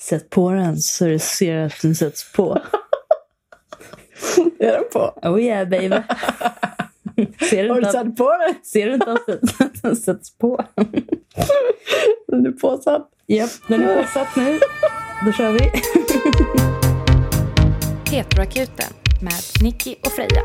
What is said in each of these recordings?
Sätt på den så du ser att den sätts på. Är den på? Oh yeah baby. Har du satt på den? Ser du inte att den sätts på? Den är påsatt. Japp, den är påsatt nu. Då kör vi. Petroakuten med Nicky och Freja.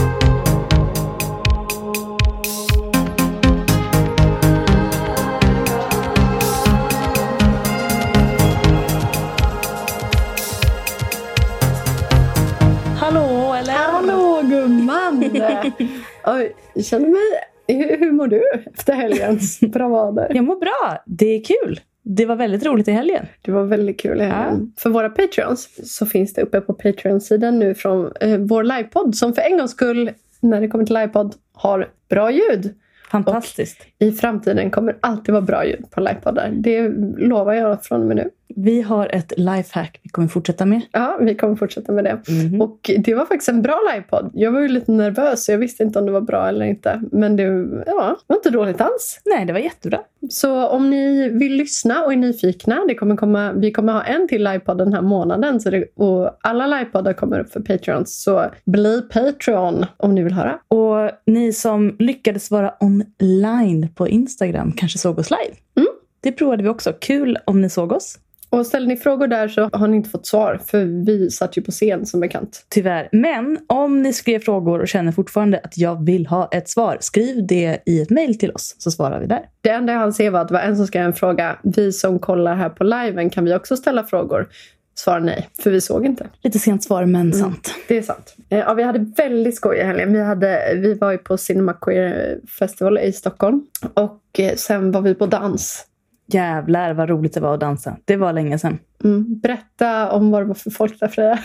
Hallå eller? Hallå gumman! Oj, jag känner mig... Hur mår du efter helgens bravader? Jag mår bra, det är kul. Det var väldigt roligt i helgen. Det var väldigt kul i helgen. Ja. För våra Patreons så finns det uppe på Patreon-sidan nu från vår livepodd som för en gångs skull, när det kommer till livepodd, har bra ljud. Fantastiskt. Och i framtiden kommer alltid vara bra ljud på livepoddar. Det lovar jag från och med nu. Vi har ett lifehack vi kommer fortsätta med. Ja, vi kommer fortsätta med det. Mm-hmm. Och det var faktiskt en bra livepodd. Jag var ju lite nervös så jag visste inte om det var bra eller inte. Men det var inte dåligt alls. Nej, det var jättebra. Så om ni vill lyssna och är nyfikna, vi kommer ha en till livepodd den här månaden. Och alla livepoddar kommer upp för Patreons. Så bli Patreon om ni vill höra. Och ni som lyckades vara online på Instagram kanske såg oss live. Mm. Det provade vi också. Kul om ni såg oss. Och ställer ni frågor där så har ni inte fått svar. För vi satt ju på scen som bekant. Tyvärr. Men om ni skrev frågor och känner fortfarande att jag vill ha ett svar, skriv det i ett mejl till oss så svarar vi där. Det enda jag hann se var att det var en som skrev en fråga. Vi som kollar här på liven, kan vi också ställa frågor? Svar nej, för vi såg inte. Lite sent svar, men sant. Det är sant. Ja, vi hade väldigt skoj i helgen. Vi var ju på Cinema Queer Festival i Stockholm. Och sen var vi på dans. Jävlar vad roligt det var att dansa. Det var länge sedan. Berätta om vad det var för folk där, Freja.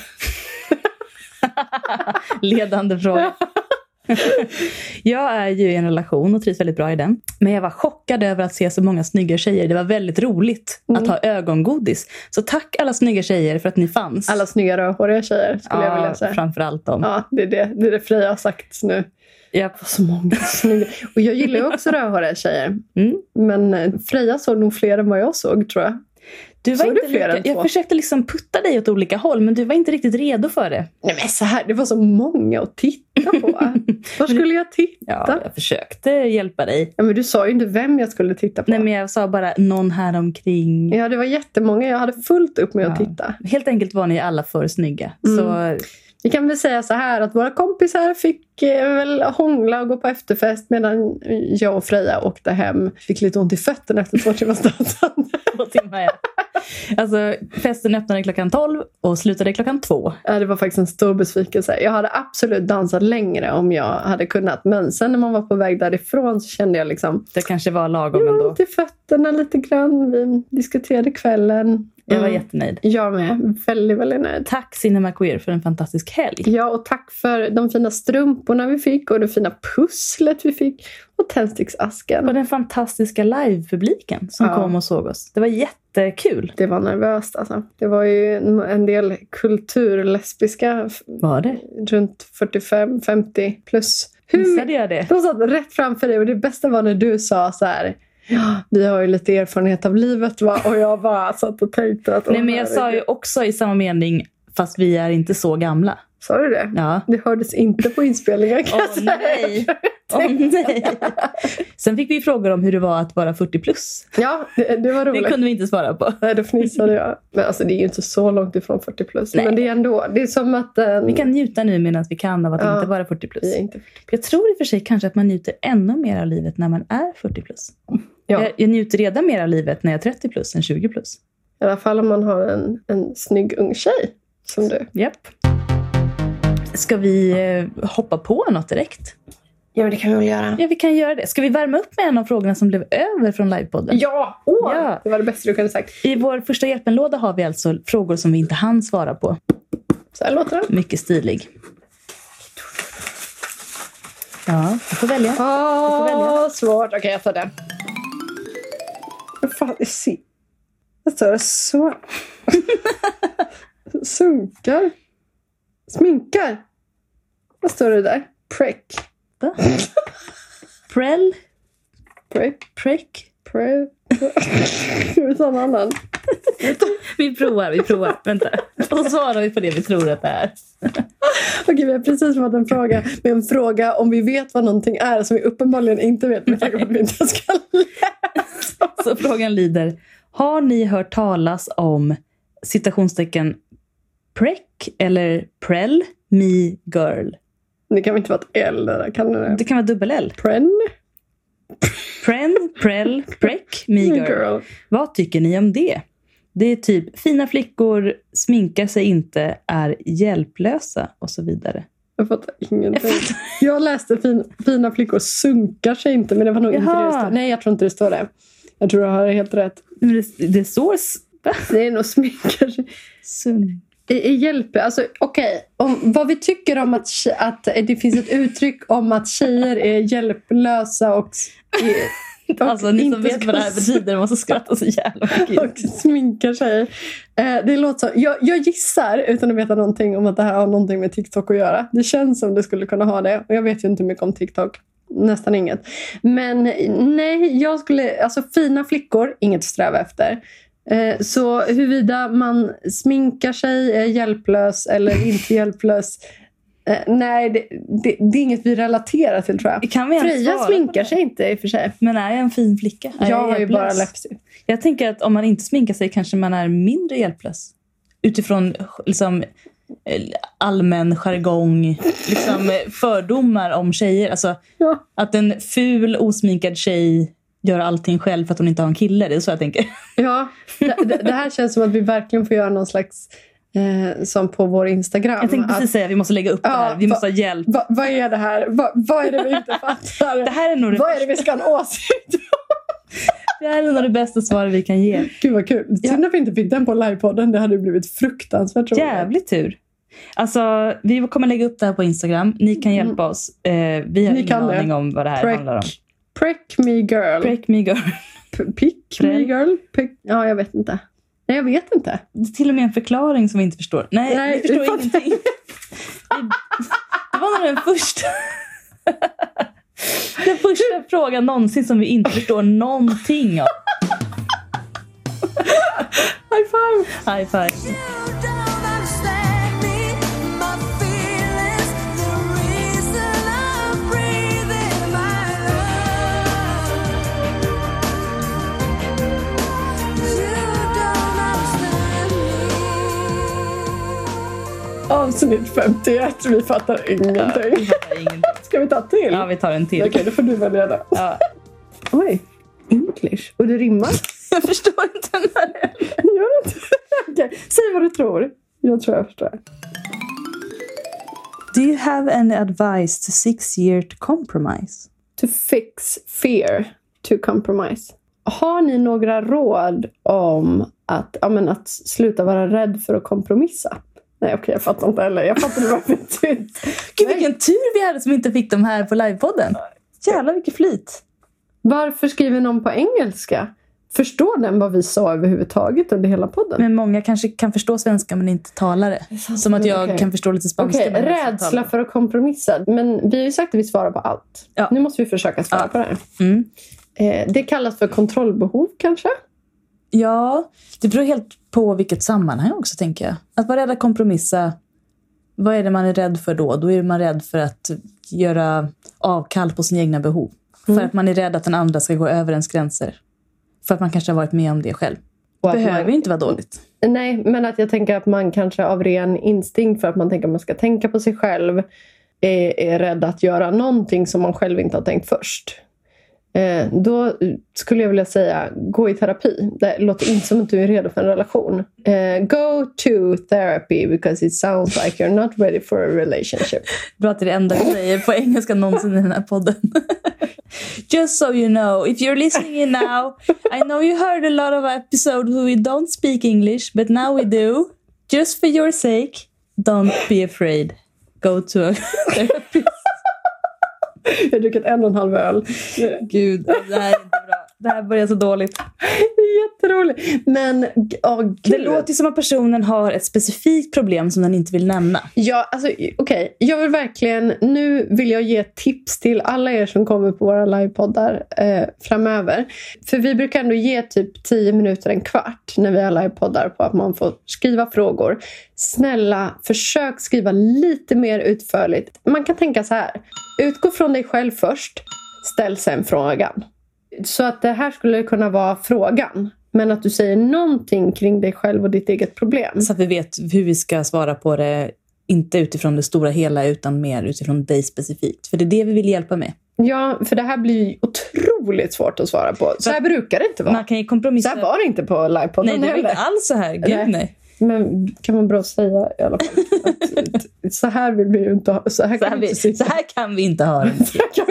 Ledande fråga. Jag är ju i en relation och trivs väldigt bra i den. Men jag var chockad över att se så många snygga tjejer. Det var väldigt roligt att ha ögongodis. Så tack alla snygga tjejer för att ni fanns. Alla snygga rödhåriga tjejer skulle jag vilja säga. Framförallt dem. Ja, det är det Freja har sagt nu. Yep. Så många snygga. Och jag gillar ju också rödhåriga tjejer. Men Freja såg nog fler än vad jag såg, tror jag. Du var inte lika, jag försökte liksom putta dig åt olika håll, men du var inte riktigt redo för det. Nej men så här, det var så många att titta på. Var skulle jag titta? Ja, jag försökte hjälpa dig. Ja, men du sa ju inte vem jag skulle titta på. Nej, men jag sa bara någon här omkring. Ja, det var jättemånga. Jag hade fullt upp med att titta. Helt enkelt var ni alla för snygga. Så... Vi kan väl säga så här att våra kompisar fick väl hångla och gå på efterfest medan jag och Freja åkte hem. Fick lite ont i fötterna efter 2 timmars dansande. 2 timmar, ja. Alltså, festen öppnade klockan 12 och slutade klockan 2. Ja, det var faktiskt en stor besvikelse. Jag hade absolut dansat längre om jag hade kunnat. Men sen när man var på väg därifrån så kände jag liksom... Det kanske var lagom ändå. Ont i fötterna lite grann. Vi diskuterade kvällen. Jag var jättenöjd. Jag med. Väldigt, väldigt nöjd. Tack Cinema Queer för en fantastisk helg. Ja, och tack för de fina strumporna vi fick och det fina pusslet vi fick och tändsticksasken. Och den fantastiska livepubliken som kom och såg oss. Det var jättekul. Det var nervöst alltså. Det var ju en del kulturlesbiska. Var det? Runt 45-50 plus. Missade jag det? De satt rätt framför dig och det bästa var när du sa så här... Ja, vi har ju lite erfarenhet av livet, va? Och jag bara satt och tänkte att... Nej, men jag sa ju också i samma mening, fast vi är inte så gamla. Sa du det? Ja. Det hördes inte på inspelningen. Nej. Nej. Sen fick vi frågor om hur det var att vara 40 plus. Ja, det var roligt. Det kunde vi inte svara på. Nej, då fnissade jag. Men alltså det är ju inte så långt ifrån 40 plus. Nej. Men det är ändå, det är som att... Vi kan njuta nu medan vi kan av att inte vara 40 plus. Vi är inte 40 plus. Jag tror i och för sig kanske att man njuter ännu mer av livet när man är 40 plus. Ja. Jag njuter redan mer av livet när jag är 30 plus än 20 plus. I alla fall om man har en snygg ung tjej som du. Japp. Ska vi hoppa på något direkt? Ja, men det kan vi väl göra. Ja, vi kan göra det. Ska vi värma upp med en av frågorna som blev över från livepodden? Ja! Ja. Det var det bästa du kunde sagt. I vår första hjälpenlåda har vi alltså frågor som vi inte hann svara på. Så här låter det. Mycket stilig. Ja, du får välja. Svårt. Okej, jag tar den. Vad fan, det ser... Jag står det så... Sunkar. Sminkar. Vad står det där? Prick. Va? Prell? Prick. Prick? Prick. Det är en annan. Vi provar. Vänta. Och så svarar vi på det vi tror att det är. Okej, vi har precis fått en fråga. Med en fråga om vi vet vad någonting är som vi uppenbarligen inte vet. Med tanke på att vi inte ska läsa. Så frågan lyder: har ni hört talas om citationstecken preck eller prell me girl? Det kan väl inte vara ett L där? Kan det kan vara dubbel L. Prell, preck me girl. Vad tycker ni om det? Det är typ fina flickor sminkar sig inte, är hjälplösa och så vidare. Jag fattar ingenting. Jag läste fina flickor sunkar sig inte, men det var nog inte det står. Nej, jag tror inte det står det. Jag tror jag har helt rätt. Det står... Det är nog sminkar sig. Det är hjälp. Alltså, okej. Vad vi tycker om att det finns ett uttryck om att tjejer är hjälplösa och alltså ni som vet vad det här betyder måste skratta så jävla mycket. Och sminkar sig. Det låter så. Jag gissar utan att veta någonting om att det här har någonting med TikTok att göra. Det känns som det skulle kunna ha det. Och jag vet ju inte mycket om TikTok. Nästan inget. Men nej, jag skulle... Alltså fina flickor, inget att sträva efter. Så huruvida man sminkar sig, är hjälplös eller inte hjälplös... Nej, det är inget vi relaterar till, tror jag. Kan vi Freja sminkar sig inte i och för sig. Men är jag en fin flicka? Jag har ju bara läppstift. Jag tänker att om man inte sminkar sig kanske man är mindre hjälplös. Utifrån liksom, allmän jargong, liksom, fördomar om tjejer. Alltså, att en ful, osminkad tjej gör allting själv för att hon inte har en kille. Det är så jag tänker. Ja, det här känns som att vi verkligen får göra någon slags... som på vår Instagram. Jag tänkte precis säga att vi måste lägga upp det här. Vi måste ha hjälp. Vad är det här? Vad är det vi inte fattar? Det här är nog vad är det vi ska ha en åsikt om? Det här är nog det bästa svaret vi kan ge. Gud vad kul. Synd att vi inte fick den på livepodden. Det hade ju blivit fruktansvärt roligt. Jävligt tur. Alltså, vi kommer lägga upp det här på Instagram. Ni kan hjälpa oss. Vi har ingen aning om vad det här handlar om. Preck me girl. Preck me girl. Pick me girl. Ja, jag vet inte. Nej, jag vet inte. Det är till och med en förklaring som vi inte förstår. Nej, vi förstår ingenting. Det var nog den första frågan någonsin som vi inte förstår någonting av. High five! High five. Avsnitt 51, vi fattar ingenting. Ska vi ta till? Ja, vi tar en till. Okej, då får du välja det. Ja. Oj, English. Och det rimmar. Jag förstår inte den här. Gör inte. Okej, säg vad du tror. Jag tror jag förstår. Do you have any advice to 6 years to compromise? To fix fear to compromise. Har ni några råd om att sluta vara rädd för att kompromissa? Nej, okej, jag fattar inte heller. Jag fattar inte vad det betyder. Gud, vilken tur vi hade som inte fick dem här på livepodden. Jävlar, vilken flit. Varför skriver någon på engelska? Förstår den vad vi sa överhuvudtaget under hela podden? Men många kanske kan förstå svenska men inte talar det. Som att jag kan förstå lite spanska. Okej, rädsla för att kompromissa. Men vi har ju sagt att vi svarar på allt. Ja. Nu måste vi försöka svara på det här. Mm. Det kallas för kontrollbehov kanske? Ja, det beror helt på vilket sammanhang också, tänker jag. Att vara rädd att kompromissa, vad är det man är rädd för då? Då är man rädd för att göra avkall på sina egna behov. För att man är rädd att den andra ska gå över ens gränser. För att man kanske har varit med om det själv. Det behöver ju inte vara dåligt. Nej, men att jag tänker att man kanske av ren instinkt, för att man tänker att man ska tänka på sig själv, är rädd att göra någonting som man själv inte har tänkt först. Då skulle jag vilja säga, gå i terapi. Det låter inte som att du är redo för en relation. Go to therapy because it sounds like you're not ready for a relationship. Bra att det är det enda jag säger på engelska någonsin i den här podden. Just so you know, if you're listening in now, I know you heard a lot of episodes where we don't speak English, but now we do. Just for your sake, don't be afraid. Go to a therapist. Jag har druckit 1,5 öl. Gud, det här är inte bra. Det här börjar så dåligt. Jätteroligt. Men, det låter som att personen har ett specifikt problem som den inte vill nämna. Ja, alltså okej. Jag vill verkligen, nu vill jag ge tips till alla er som kommer på våra livepoddar framöver. För vi brukar ändå ge typ 10 minuter, en kvart när vi har livepoddar på att man får skriva frågor. Snälla, försök skriva lite mer utförligt. Man kan tänka så här. Utgå från dig själv först. Ställ sen frågan. Så att det här skulle kunna vara frågan. Men att du säger någonting kring dig själv och ditt eget problem. Så att vi vet hur vi ska svara på det. Inte utifrån det stora hela utan mer utifrån dig specifikt. För det är det vi vill hjälpa med. Ja, för det här blir ju otroligt svårt att svara på. Så här brukar det inte vara. Man kan ju kompromissa. Så här var det inte på livepodden. Nej, det var inte alls så här. Gud, nej. Men kan man bra säga i alla fall att så här vill vi ju inte ha. Så här kan vi inte ha det.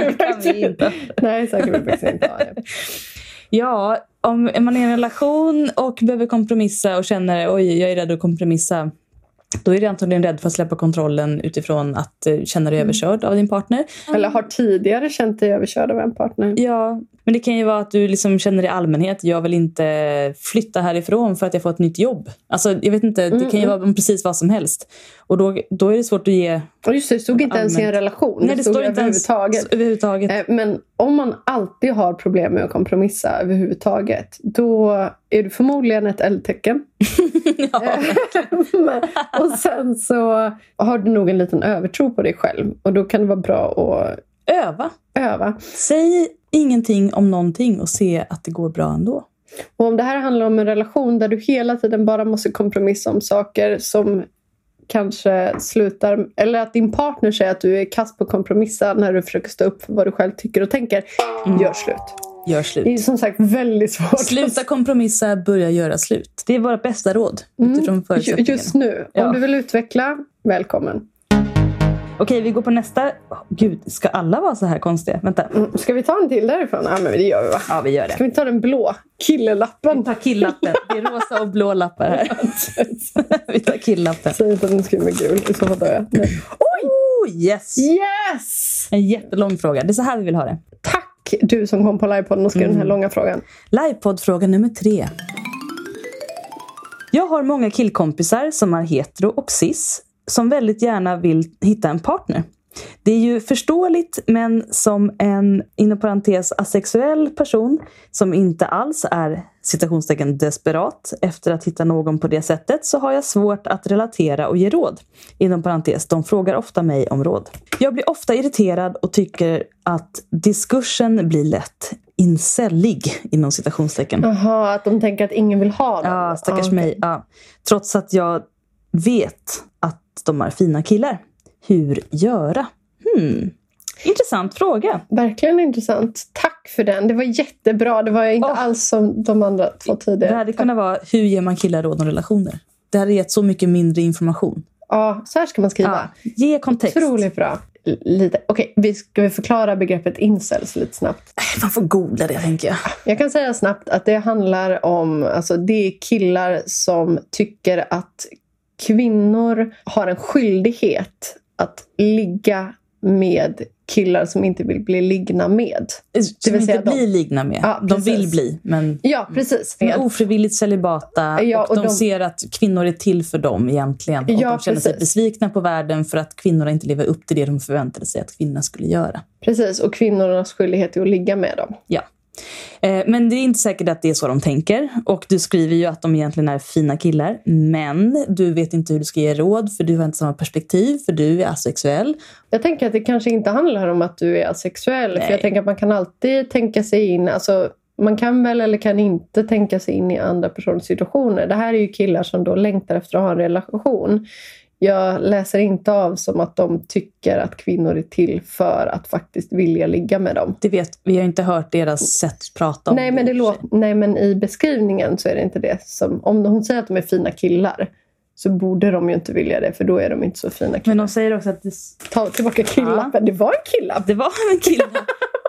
Nej, så här kan vi faktiskt inte ha det. Ja, om man är i en relation och behöver kompromissa och känner oj, jag är rädd att kompromissa. Då är du antagligen rädd för att släppa kontrollen utifrån att känna dig överkörd av din partner. Eller har tidigare känt dig överkörd av en partner. Ja, men det kan ju vara att du liksom känner i allmänhet. Jag vill inte flytta härifrån för att jag får ett nytt jobb. Alltså, jag vet inte, det kan ju vara precis vad som helst. Och då är det svårt att ge... Och just det stod inte ens i en relation. Nej, det står inte överhuvudtaget. Men om man alltid har problem med att kompromissa överhuvudtaget, då är du förmodligen ett eldtecken. Ja, och sen så har du nog en liten övertro på dig själv. Och då kan det vara bra att öva. Säg ingenting om någonting och se att det går bra ändå. Och om det här handlar om en relation där du hela tiden bara måste kompromissa om saker som kanske slutar, eller att din partner säger att du är kass på att kompromissa när du försöker stå upp för vad du själv tycker och tänker, gör slut. Det är som sagt väldigt svårt. Sluta kompromissa, börja göra slut. Det är våra bästa råd utifrån förutsättningarna. Just nu. Om du vill utveckla, välkommen. Okej, vi går på nästa. Gud, ska alla vara så här konstiga? Vänta. Ska vi ta en till därifrån? Ja, men det gör vi, va? Ja, vi gör det. Ska vi ta den blå killellappen? Vi tar killappen. Det är rosa och blå lappar här. Vi tar killappen. Säg inte att den ska med gul. I så fall dör jag. Oj! Yes! En jättelång fråga. Det är så här vi vill ha det. Tack, du som kom på livepodden och skrev den här långa frågan. Livepodd-fråga nummer 3. Jag har många killkompisar som är hetero och cis som väldigt gärna vill hitta en partner. Det är ju förståeligt, men som en inom parentes asexuell person som inte alls är citationstecken desperat efter att hitta någon på det sättet, så har jag svårt att relatera och ge råd. Inom parentes, de frågar ofta mig om råd. Jag blir ofta irriterad och tycker att diskursen blir lätt incellig inom citationstecken. Jaha, att de tänker att ingen vill ha dem. Ja, stackars mig. Ja. Trots att jag vet att de är fina killar. Hur göra? Intressant fråga. Verkligen intressant. Tack för den. Det var jättebra. Det var inte alls som de andra 2 tidigare. Det hade kunnat vara hur ger man killar råd om relationer. Det hade gett så mycket mindre information. Ja, så här ska man skriva. Ja, ge kontext. Otroligt bra. Okej, ska vi förklara begreppet incels lite snabbt? Man får googla det, tänker jag. Jag kan säga snabbt att det handlar om, alltså det är killar som tycker att kvinnor har en skyldighet att ligga med killar som inte vill bli ligna med. Det vill säga bli ligna med. Ja, de vill bli, men ja, precis. De är ofrivilligt celibata, och de ser att kvinnor är till för dem egentligen. Och de känner sig besvikna på världen för att kvinnorna inte lever upp till det de förväntade sig att kvinnorna skulle göra. Precis, och kvinnornas skyldighet är att ligga med dem. Ja. Men det är inte säkert att det är så de tänker. Och du skriver ju att de egentligen är fina killar. Men du vet inte hur du ska ge råd, för du har inte samma perspektiv, för du är asexuell. Jag tänker att det kanske inte handlar om att du är asexuell. Nej. För jag tänker att man kan alltid tänka sig in, alltså man kan väl eller kan inte tänka sig in i andra personers situationer. Det här är ju killar som då längtar efter att ha en relation. Jag läser inte av som att de tycker att kvinnor är till för att faktiskt vilja ligga med dem. Det vet, vi har inte hört deras sätt att prata om Nej, men i beskrivningen så är det inte det. Som, om hon säger att de är fina killar så borde de ju inte vilja det, för då är de inte så fina killar. Men de säger också att ta tillbaka killappen. Det var en killapp. Det var en killapp.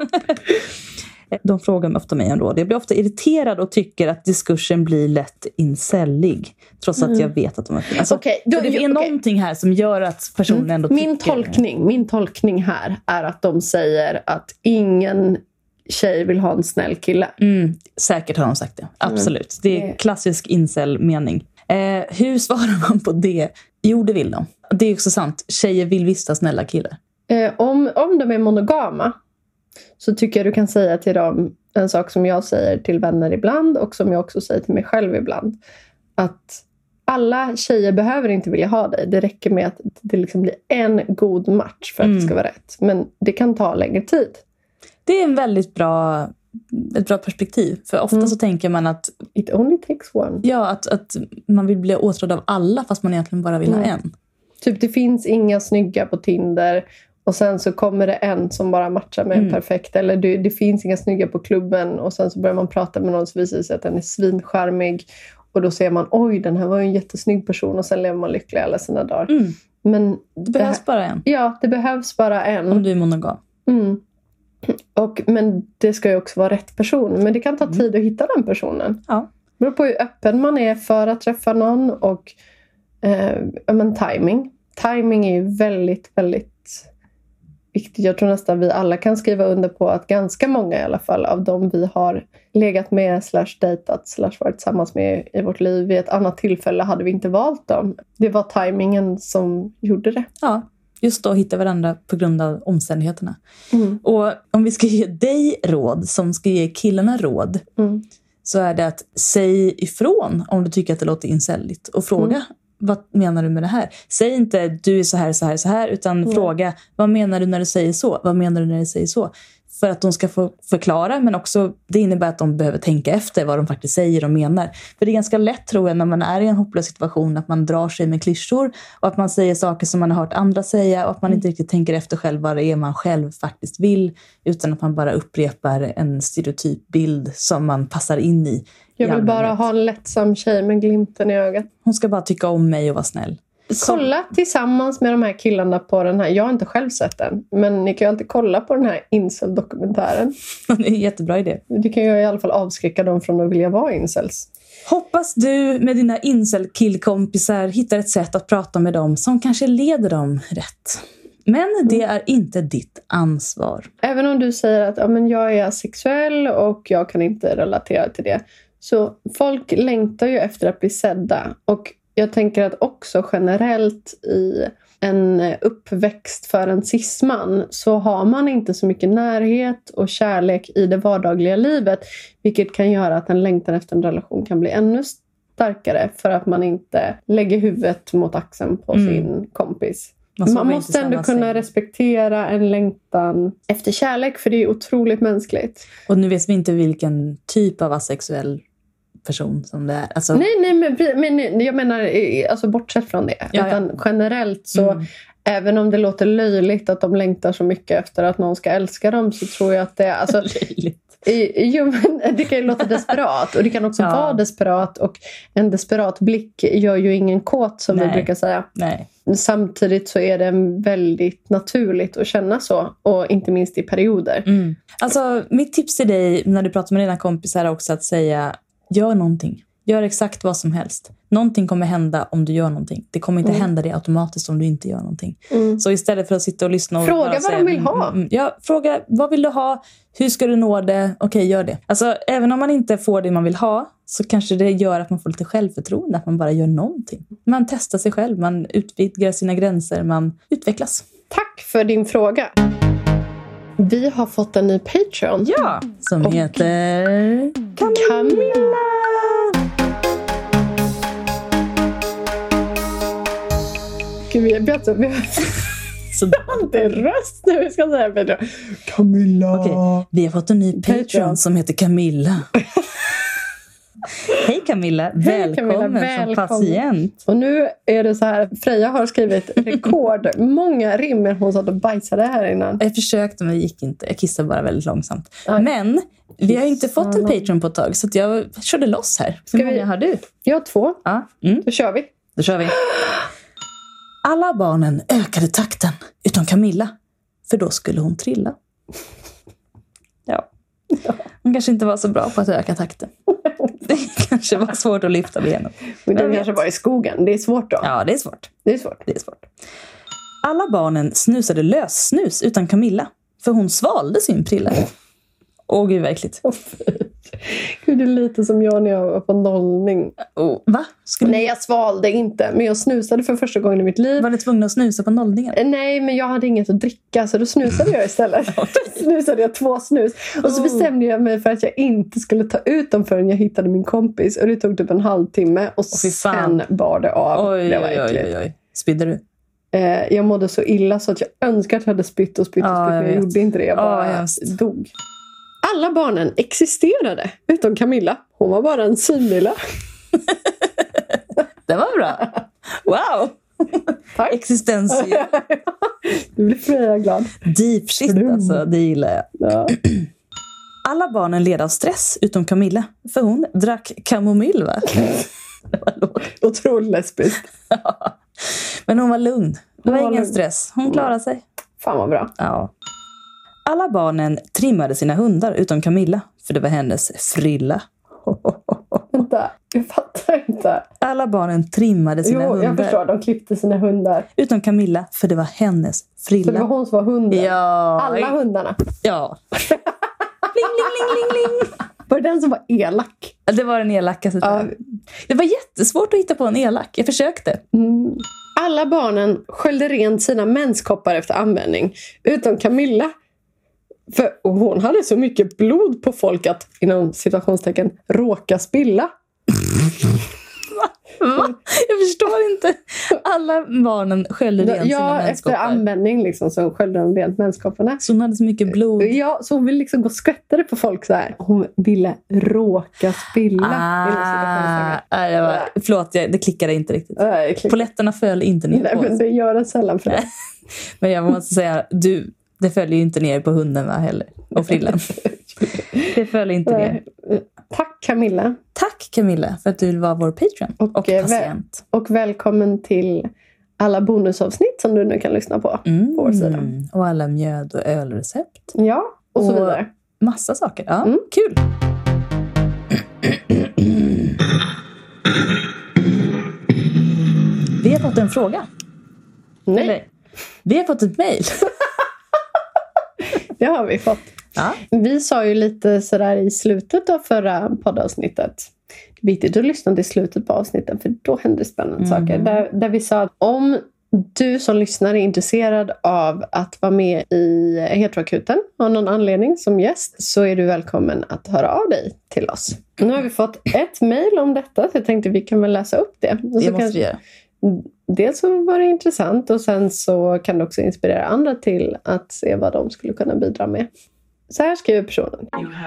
De frågar ofta mig om råd. Jag blir ofta irriterad och tycker att diskursen blir lätt incellig. Trots att jag vet att de är fina. Alltså, det är någonting här som gör att personen ändå tycker... Min tolkning här är att de säger att ingen tjej vill ha en snäll kille. Säkert har de sagt det. Absolut. Det är klassisk incel-mening. Hur svarar man på det? Jo, det vill de. Det är också sant. Tjejer vill visst ha snälla killar. Om de är monogama så tycker jag du kan säga till dem en sak som jag säger till vänner ibland och som jag också säger till mig själv ibland. Att alla tjejer behöver inte vilja ha dig. Det räcker med att det liksom blir en god match för att det ska vara rätt. Men det kan ta längre tid. Det är en väldigt ett bra perspektiv. För ofta så tänker man att it only takes one. Ja, att man vill bli åtrådd av alla fast man egentligen bara vill ha en. Typ det finns inga snygga på Tinder och sen så kommer det en som bara matchar med en perfekt. Eller det finns inga snygga på klubben och sen så börjar man prata med någon som visar sig att den är svincharmig. Och då ser man, oj, den här var ju en jättesnygg person och sen lever man lycklig alla sina dagar. Men det behövs bara en. Ja, det behövs bara en. Om du är monogam. Men det ska ju också vara rätt person. Men det kan ta tid att hitta den personen. Ja. Det beror på hur öppen man är för att träffa någon. Och timing. Timing är ju väldigt, väldigt viktigt. Jag tror nästan vi alla kan skriva under på att ganska många i alla fall av dem vi har legat med /dejtat / varit tillsammans med i vårt liv vid ett annat tillfälle hade vi inte valt dem. Det var timingen som gjorde det. Ja, just då hitta varandra på grund av omständigheterna. Och om vi ska ge dig råd som ska ge killarna råd så är det att säg ifrån om du tycker att det låter incelligt och fråga vad menar du med det här? Säg inte du är så här, så här, så här utan fråga vad menar du när du säger så? Vad menar du när du säger så? För att de ska få förklara men också det innebär att de behöver tänka efter vad de faktiskt säger och menar. För det är ganska lätt tror jag när man är i en hopplös situation att man drar sig med klyschor och att man säger saker som man har hört andra säga och att man inte riktigt tänker efter själv vad det är man själv faktiskt vill utan att man bara upprepar en stereotyp bild som man passar in i. Jag vill bara ha en lättsam tjej med glimten i ögat. Hon ska bara tycka om mig och vara snäll. Kolla tillsammans med de här killarna på den här. Jag har inte själv sett den. Men ni kan ju alltid kolla på den här incel-dokumentären. Det är en jättebra idé. Det kan ju i alla fall avskräcka dem från att vilja vara incels. Hoppas du med dina incel-killkompisar hittar ett sätt att prata med dem som kanske leder dem rätt. Men det är inte ditt ansvar. Även om du säger att men jag är sexuell och jag kan inte relatera till det. Så folk längtar ju efter att bli sedda. Och jag tänker att också generellt i en uppväxt för en cisman så har man inte så mycket närhet och kärlek i det vardagliga livet. Vilket kan göra att en längtan efter en relation kan bli ännu starkare för att man inte lägger huvudet mot axeln på sin kompis. Man måste ändå kunna respektera en längtan efter kärlek för det är otroligt mänskligt. Och nu vet vi inte vilken typ av asexuell person som det är. Alltså... Nej, men jag menar alltså bortsett från det. Utan generellt så även om det låter löjligt att de längtar så mycket efter att någon ska älska dem så tror jag att det är alltså, löjligt. Jo, men det kan ju låta desperat och det kan också vara desperat och en desperat blick gör ju ingen kåt som vi brukar säga. Nej. Samtidigt så är det väldigt naturligt att känna så och inte minst i perioder. Alltså mitt tips till dig när du pratar med dina kompisar är också att säga gör någonting. Gör exakt vad som helst. Någonting kommer hända om du gör någonting. Det kommer inte hända det automatiskt om du inte gör någonting. Så istället för att sitta och lyssna och fråga vad de vill ha. Ja, fråga vad vill du ha? Hur ska du nå det? Okej, gör det. Alltså även om man inte får det man vill ha så kanske det gör att man får lite självförtroende. Att man bara gör någonting. Man testar sig själv. Man utvidgar sina gränser. Man utvecklas. Tack för din fråga. Vi har fått en ny Patreon. Ja, som heter Camilla. Gud, vi har inte röst nu. Vi ska säga Pedro. Camilla. Okej, vi har fått en ny Patreon som heter Camilla. Hej Camilla, välkommen som patient. Och nu är det så här, Freja har skrivit rekord. Många rimmer hon satt och bajsade här innan. Jag försökte men det gick inte. Jag kissade bara väldigt långsamt. Men vi har inte fått en Patreon på ett tag så att jag körde loss här. Hur många har du? Jag har 2. Ja. Då kör vi. Alla barnen ökade takten utom Camilla. För då skulle hon trilla. Ja. Hon kanske inte var så bra på att öka takten. Det kanske var svårt att lyfta benen. Men det kanske var i skogen. Det är svårt då. Ja, det är svårt. Det är svårt. Alla barnen snusade lössnus utan Camilla. För hon svalde sin prilla. Åh gud, verkligt. Gud, det är lite som jag när jag var på nollning. Va? Nej, jag svalde inte. Men jag snusade för första gången i mitt liv. Var ni tvungna att snusa på nollningen? Nej, men jag hade inget att dricka. Så då snusade jag istället. Snusade jag 2 snus. Och så bestämde jag mig för att jag inte skulle ta ut dem förrän jag hittade min kompis. Och det tog typ en halvtimme. Och sen bar det av. Oj, det var oj. Spydde du? Jag mådde så illa så att jag önskar att jag hade spytt. Men jag gjorde inte det. Jag bara dog. Alla barnen existerade, utom Camilla. Hon var bara en synvilla. Det var bra. Wow. Tack. Existens. Du blir Freja glad. Deep shit alltså, det gillar jag. Ja. Alla barnen led av stress, utom Camilla. För hon drack kamomill, va? Otroligt lesbiskt. Men hon var lugn. Det var ingen stress. Hon klarade sig. Fan vad bra. Ja. Alla barnen trimmade sina hundar utom Camilla, för det var hennes frilla. Vänta, jag fattar inte. Alla barnen trimmade sina hundar. Jag förstår, de klippte sina hundar. Utom Camilla, för det var hennes frilla. Så det var hon som var hunden? Ja. Alla hundarna? Ja. Bling, bling, bling, bling, bling. Var det den som var elak? Det var den elakaste. Det var jättesvårt att hitta på en elak. Jag försökte. Alla barnen sköljde rent sina menskoppar efter användning. Utom Camilla. För hon hade så mycket blod på folk att, inom citationstecken, råka spilla. Va? Jag förstår inte. Alla barnen sköljde rent sina menskoppar. Efter användning liksom, så sköljde de rent menskopparna. Så hon hade så mycket blod. Ja, så hon ville liksom gå och skvättade på folk så här. Hon ville råka spilla. Förlåt, det klickade inte riktigt. Poletterna föll inte ner på oss. Men det gör det sällan för det. Men jag måste säga, det följer ju inte ner på hunden, va, heller. Och frillan. Det följer inte ner. Tack Camilla. Tack Camilla för att du vill vara vår Patreon och patient. Och välkommen till alla bonusavsnitt som du nu kan lyssna på vår sida. Och alla mjöd- och ölrecept. Ja, och så vidare. Massa saker. Ja, kul. Vi har fått en fråga. Nej. Eller, vi har fått ett mejl. Det har vi fått. Ja. Vi sa ju lite sådär i slutet av förra poddavsnittet. Det är viktigt att lyssna till slutet på avsnittet, för då händer spännande saker. Där vi sa att om du som lyssnar är intresserad av att vara med i Heteroakuten av någon anledning som gäst, så är du välkommen att höra av dig till oss. Nu har vi fått ett mejl om detta, så jag tänkte vi kan väl läsa upp det. Och det måste vi göra. Dels så var det intressant, och sen så kan det också inspirera andra till att se vad de skulle kunna bidra med. Så här skriver personen.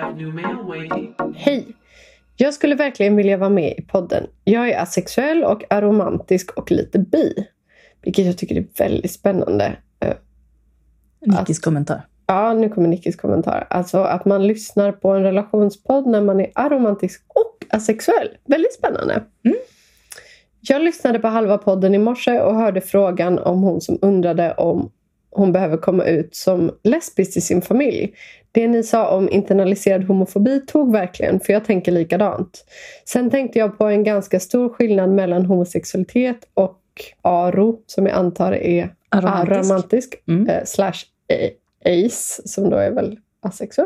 Hej! Jag skulle verkligen vilja vara med i podden. Jag är asexuell och aromantisk och lite bi. Vilket jag tycker är väldigt spännande. Nickis kommentar. Ja, nu kommer Nickis kommentar. Alltså att man lyssnar på en relationspodd när man är aromantisk och asexuell. Väldigt spännande. Jag lyssnade på halva podden i morse och hörde frågan om hon som undrade om hon behöver komma ut som lesbisk i sin familj. Det ni sa om internaliserad homofobi tog verkligen, för jag tänker likadant. Sen tänkte jag på en ganska stor skillnad mellan homosexualitet och aro, som jag antar är aromantisk, / ace, som då är väl asexuell.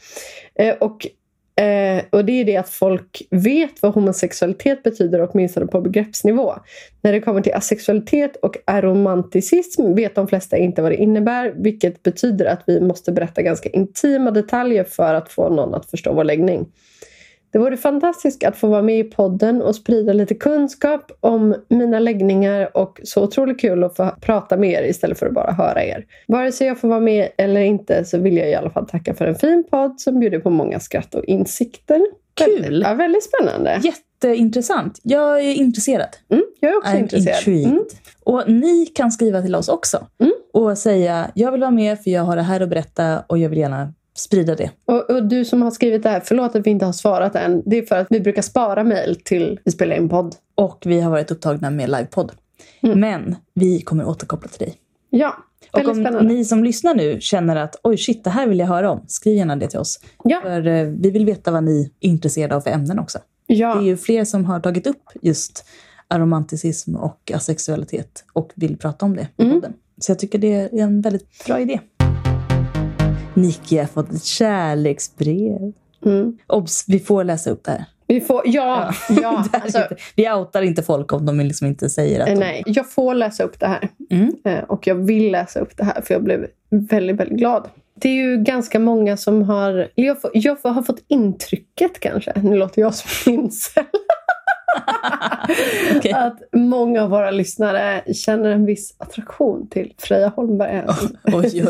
Och det är det att folk vet vad homosexualitet betyder, åtminstone på begreppsnivå. När det kommer till asexualitet och aromanticism vet de flesta inte vad det innebär, vilket betyder att vi måste berätta ganska intima detaljer för att få någon att förstå vår läggning. Det vore fantastiskt att få vara med i podden och sprida lite kunskap om mina läggningar, och så otroligt kul att få prata med er istället för att bara höra er. Vare sig jag får vara med eller inte, så vill jag i alla fall tacka för en fin podd som bjuder på många skratt och insikter. Kul! Ja, väldigt spännande. Jätteintressant. Jag är intresserad. Jag är också intresserad. Och ni kan skriva till oss också. Och säga, jag vill vara med för jag har det här att berätta och jag vill gärna sprida det. Och du som har skrivit det här, förlåt att vi inte har svarat än. Det är för att vi brukar spara mejl till vi spelar in podd. Och vi har varit upptagna med livepodd. Men vi kommer återkoppla till dig. Ja, och om ni som lyssnar nu känner att oj shit, det här vill jag höra om, skriv gärna det till oss. Ja. För vi vill veta vad ni är intresserade av för ämnen också. Ja. Det är ju fler som har tagit upp just aromanticism och asexualitet och vill prata om det i podden. Så jag tycker det är en väldigt bra idé. Nicky har fått ett kärleksbrev. Obs, vi får läsa upp det här. Vi får, ja. Alltså, vi outar inte folk om de liksom inte säger att nej, jag får läsa upp det här. Och jag vill läsa upp det här för jag blev väldigt, väldigt glad. Det är ju ganska många som har... Jag har fått intrycket kanske. Nu låter jag som incel. Okay. Att många av våra lyssnare känner en viss attraktion till Freja Holmberg. Oj.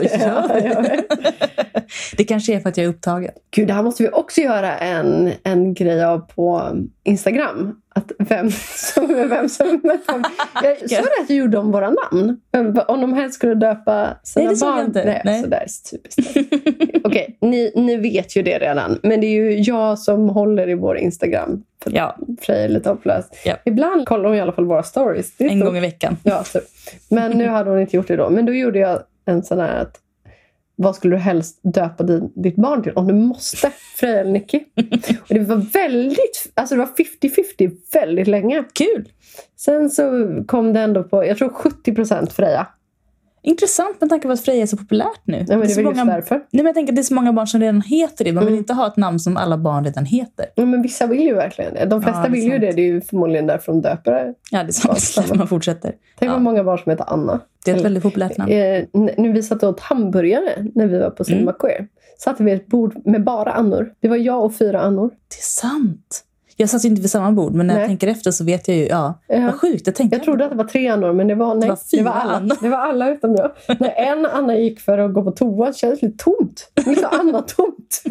Det kanske är för att jag är upptagen. Gud, det här måste vi också göra en grej av på Instagram. Att vem som jag såg att du gjorde om våra namn. Om de helst skulle döpa sina barn. Nej. Så där är typiskt. Okej, ni vet ju det redan. Men det är ju jag som håller i vår Instagram. För Freja är lite hopplöst. Ja. Ibland kollar hon i alla fall våra stories. En gång i veckan. Ja, så. Men nu hade hon inte gjort det då. Men då gjorde jag en sån här att vad skulle du helst döpa ditt barn till? Om du måste, Freja eller Nicky. Och det var det var 50-50 väldigt länge. Kul! Sen så kom det ändå på, jag tror 70% Freja. Intressant med tanke på att Freja är så populärt nu. Ja, men det är väl just därför. Nej, men jag tänker att det är så många barn som redan heter det. Man vill inte ha ett namn som alla barn redan heter. Ja, men vissa vill ju verkligen det. De flesta vill ju det. Det är ju förmodligen därför de döper det. Ja, det är sant. Man fortsätter. Tänk vad många barn som heter Anna. Det är ett väldigt populärt namn. Nu vi satt åt hamburgare när vi var på Cinema Queer. Satt vi ett bord med bara Annor. Det var jag och 4 Annor. Det är sant. Jag satt inte vid samma bord, men när jag tänker efter så vet jag ju, vad sjukt. Jag trodde att det var 3 Annor, men det var 4 alla. Det var alla utom jag. När en Anna gick för att gå på toa kändes det lite tomt. Lite Anna tomt.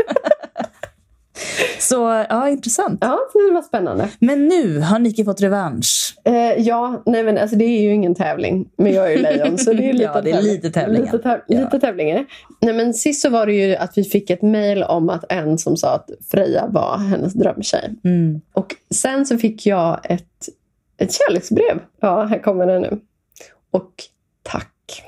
Så, intressant. Ja, det var spännande. Men nu har Nicky fått revansch. Men alltså det är ju ingen tävling. Men jag är ju lejon, så det är lite det är lite tävling. Lite tävlingar. Nej, men sist så var det ju att vi fick ett mejl om att en som sa att Freja var hennes drömtjej. Och sen så fick jag ett kärleksbrev. Ja, här kommer det nu. Och tack.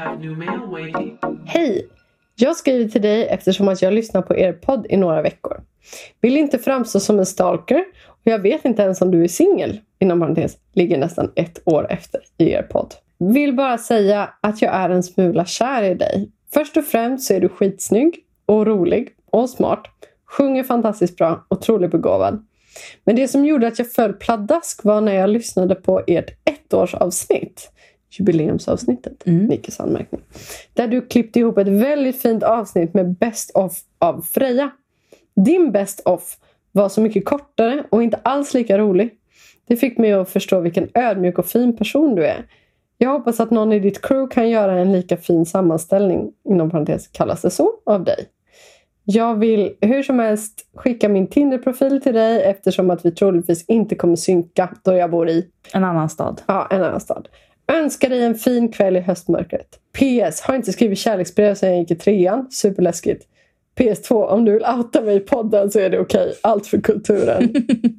Hej! Jag skriver till dig eftersom att jag lyssnar på er podd i några veckor. Vill inte framstå som en stalker och jag vet inte ens om du är singel. Inom parentes ligger nästan 1 år efter i er podd. Vill bara säga att jag är en smula kär i dig. Först och främst så är du skitsnygg och rolig och smart. Sjunger fantastiskt bra och otroligt begåvad. Men det som gjorde att jag föll pladask var när jag lyssnade på ert 1-årsavsnitt. Jubileumsavsnittet, Nickes anmärkning. Där du klippte ihop ett väldigt fint avsnitt med Best of av Freja. Din Best of var så mycket kortare och inte alls lika rolig. Det fick mig att förstå vilken ödmjuk och fin person du är. Jag hoppas att någon i ditt crew kan göra en lika fin sammanställning, inom parentes kallas det så, av dig. Jag vill hur som helst skicka min Tinder-profil till dig eftersom att vi troligtvis inte kommer synka då jag bor i en annan stad. Ja, en annan stad. Önskar dig en fin kväll i höstmörkret. PS, har inte skrivit kärleksbrev sedan jag gick i 3:an. Superläskigt. PS2, om du vill outa mig i podden så är det okej. Allt för kulturen.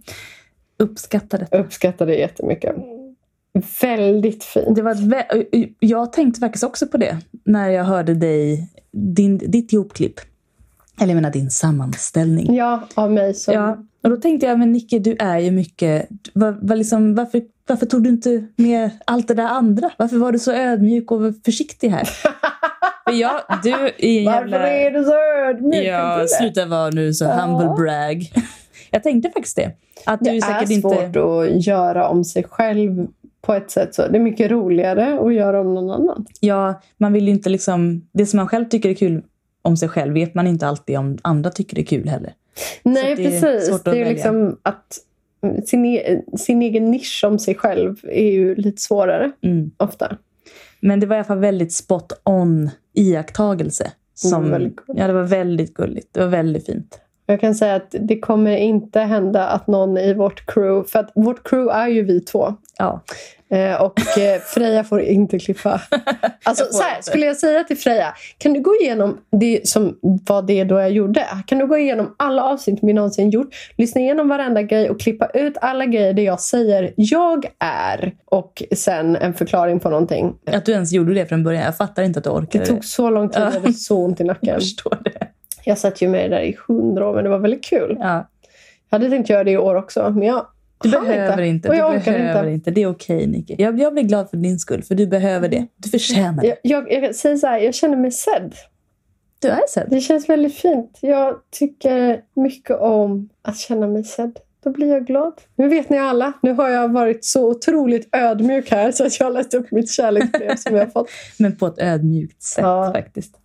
Uppskattar det jättemycket. Väldigt fint. Det var jag tänkte faktiskt också på det när jag hörde ditt ihopklipp. Eller jag menar din sammanställning. Ja, av mig som... Ja, och då tänkte jag, men Nicky, du är ju mycket... Varför tog du inte med allt det där andra? Varför var du så ödmjuk och försiktig här? För du är Varför är du så ödmjuk? Ja, sluta vara nu så humble brag. Jag tänkte faktiskt det. Att det du säkert är svårt inte... att göra om sig själv på ett sätt. Så det är mycket roligare att göra om någon annan. Ja, man vill ju inte liksom... Det som man själv tycker är kul om sig själv vet man inte alltid om andra tycker det är kul heller. Nej, precis. Det är liksom att sin egen nisch om sig själv är ju lite svårare ofta. Men det var i alla fall väldigt spot on iakttagelse. Det var väldigt gulligt. Det var väldigt fint. Jag kan säga att det kommer inte hända att någon i vårt crew, för att vårt crew är ju vi 2. Ja. Och Freja får inte klippa. Alltså så här, skulle jag säga till Freja, kan du gå igenom det som var det då jag gjorde? Kan du gå igenom alla avsnitt vi någonsin gjort, lyssna igenom varenda grej och klippa ut alla grejer där jag säger jag är och sen en förklaring på någonting. Att du ens gjorde det från början, jag fattar inte att du orkade. Det tog så lång tid, jag hade så ont i nacken. Jag förstår det. Jag satt ju med där i 100 år, men det var väldigt kul. Ja. Jag hade tänkt göra det i år också, men du behöver inte. Och jag orkar inte. Det är okej, Nicky. Jag blir glad för din skull, för du behöver det. Du förtjänar det. Jag säger så här, jag känner mig sedd. Du är sedd. Det känns väldigt fint. Jag tycker mycket om att känna mig sedd. Då blir jag glad. Nu vet ni alla. Nu har jag varit så otroligt ödmjuk här så att jag har läst upp mitt kärleksbrev som jag har fått. Men på ett ödmjukt sätt faktiskt.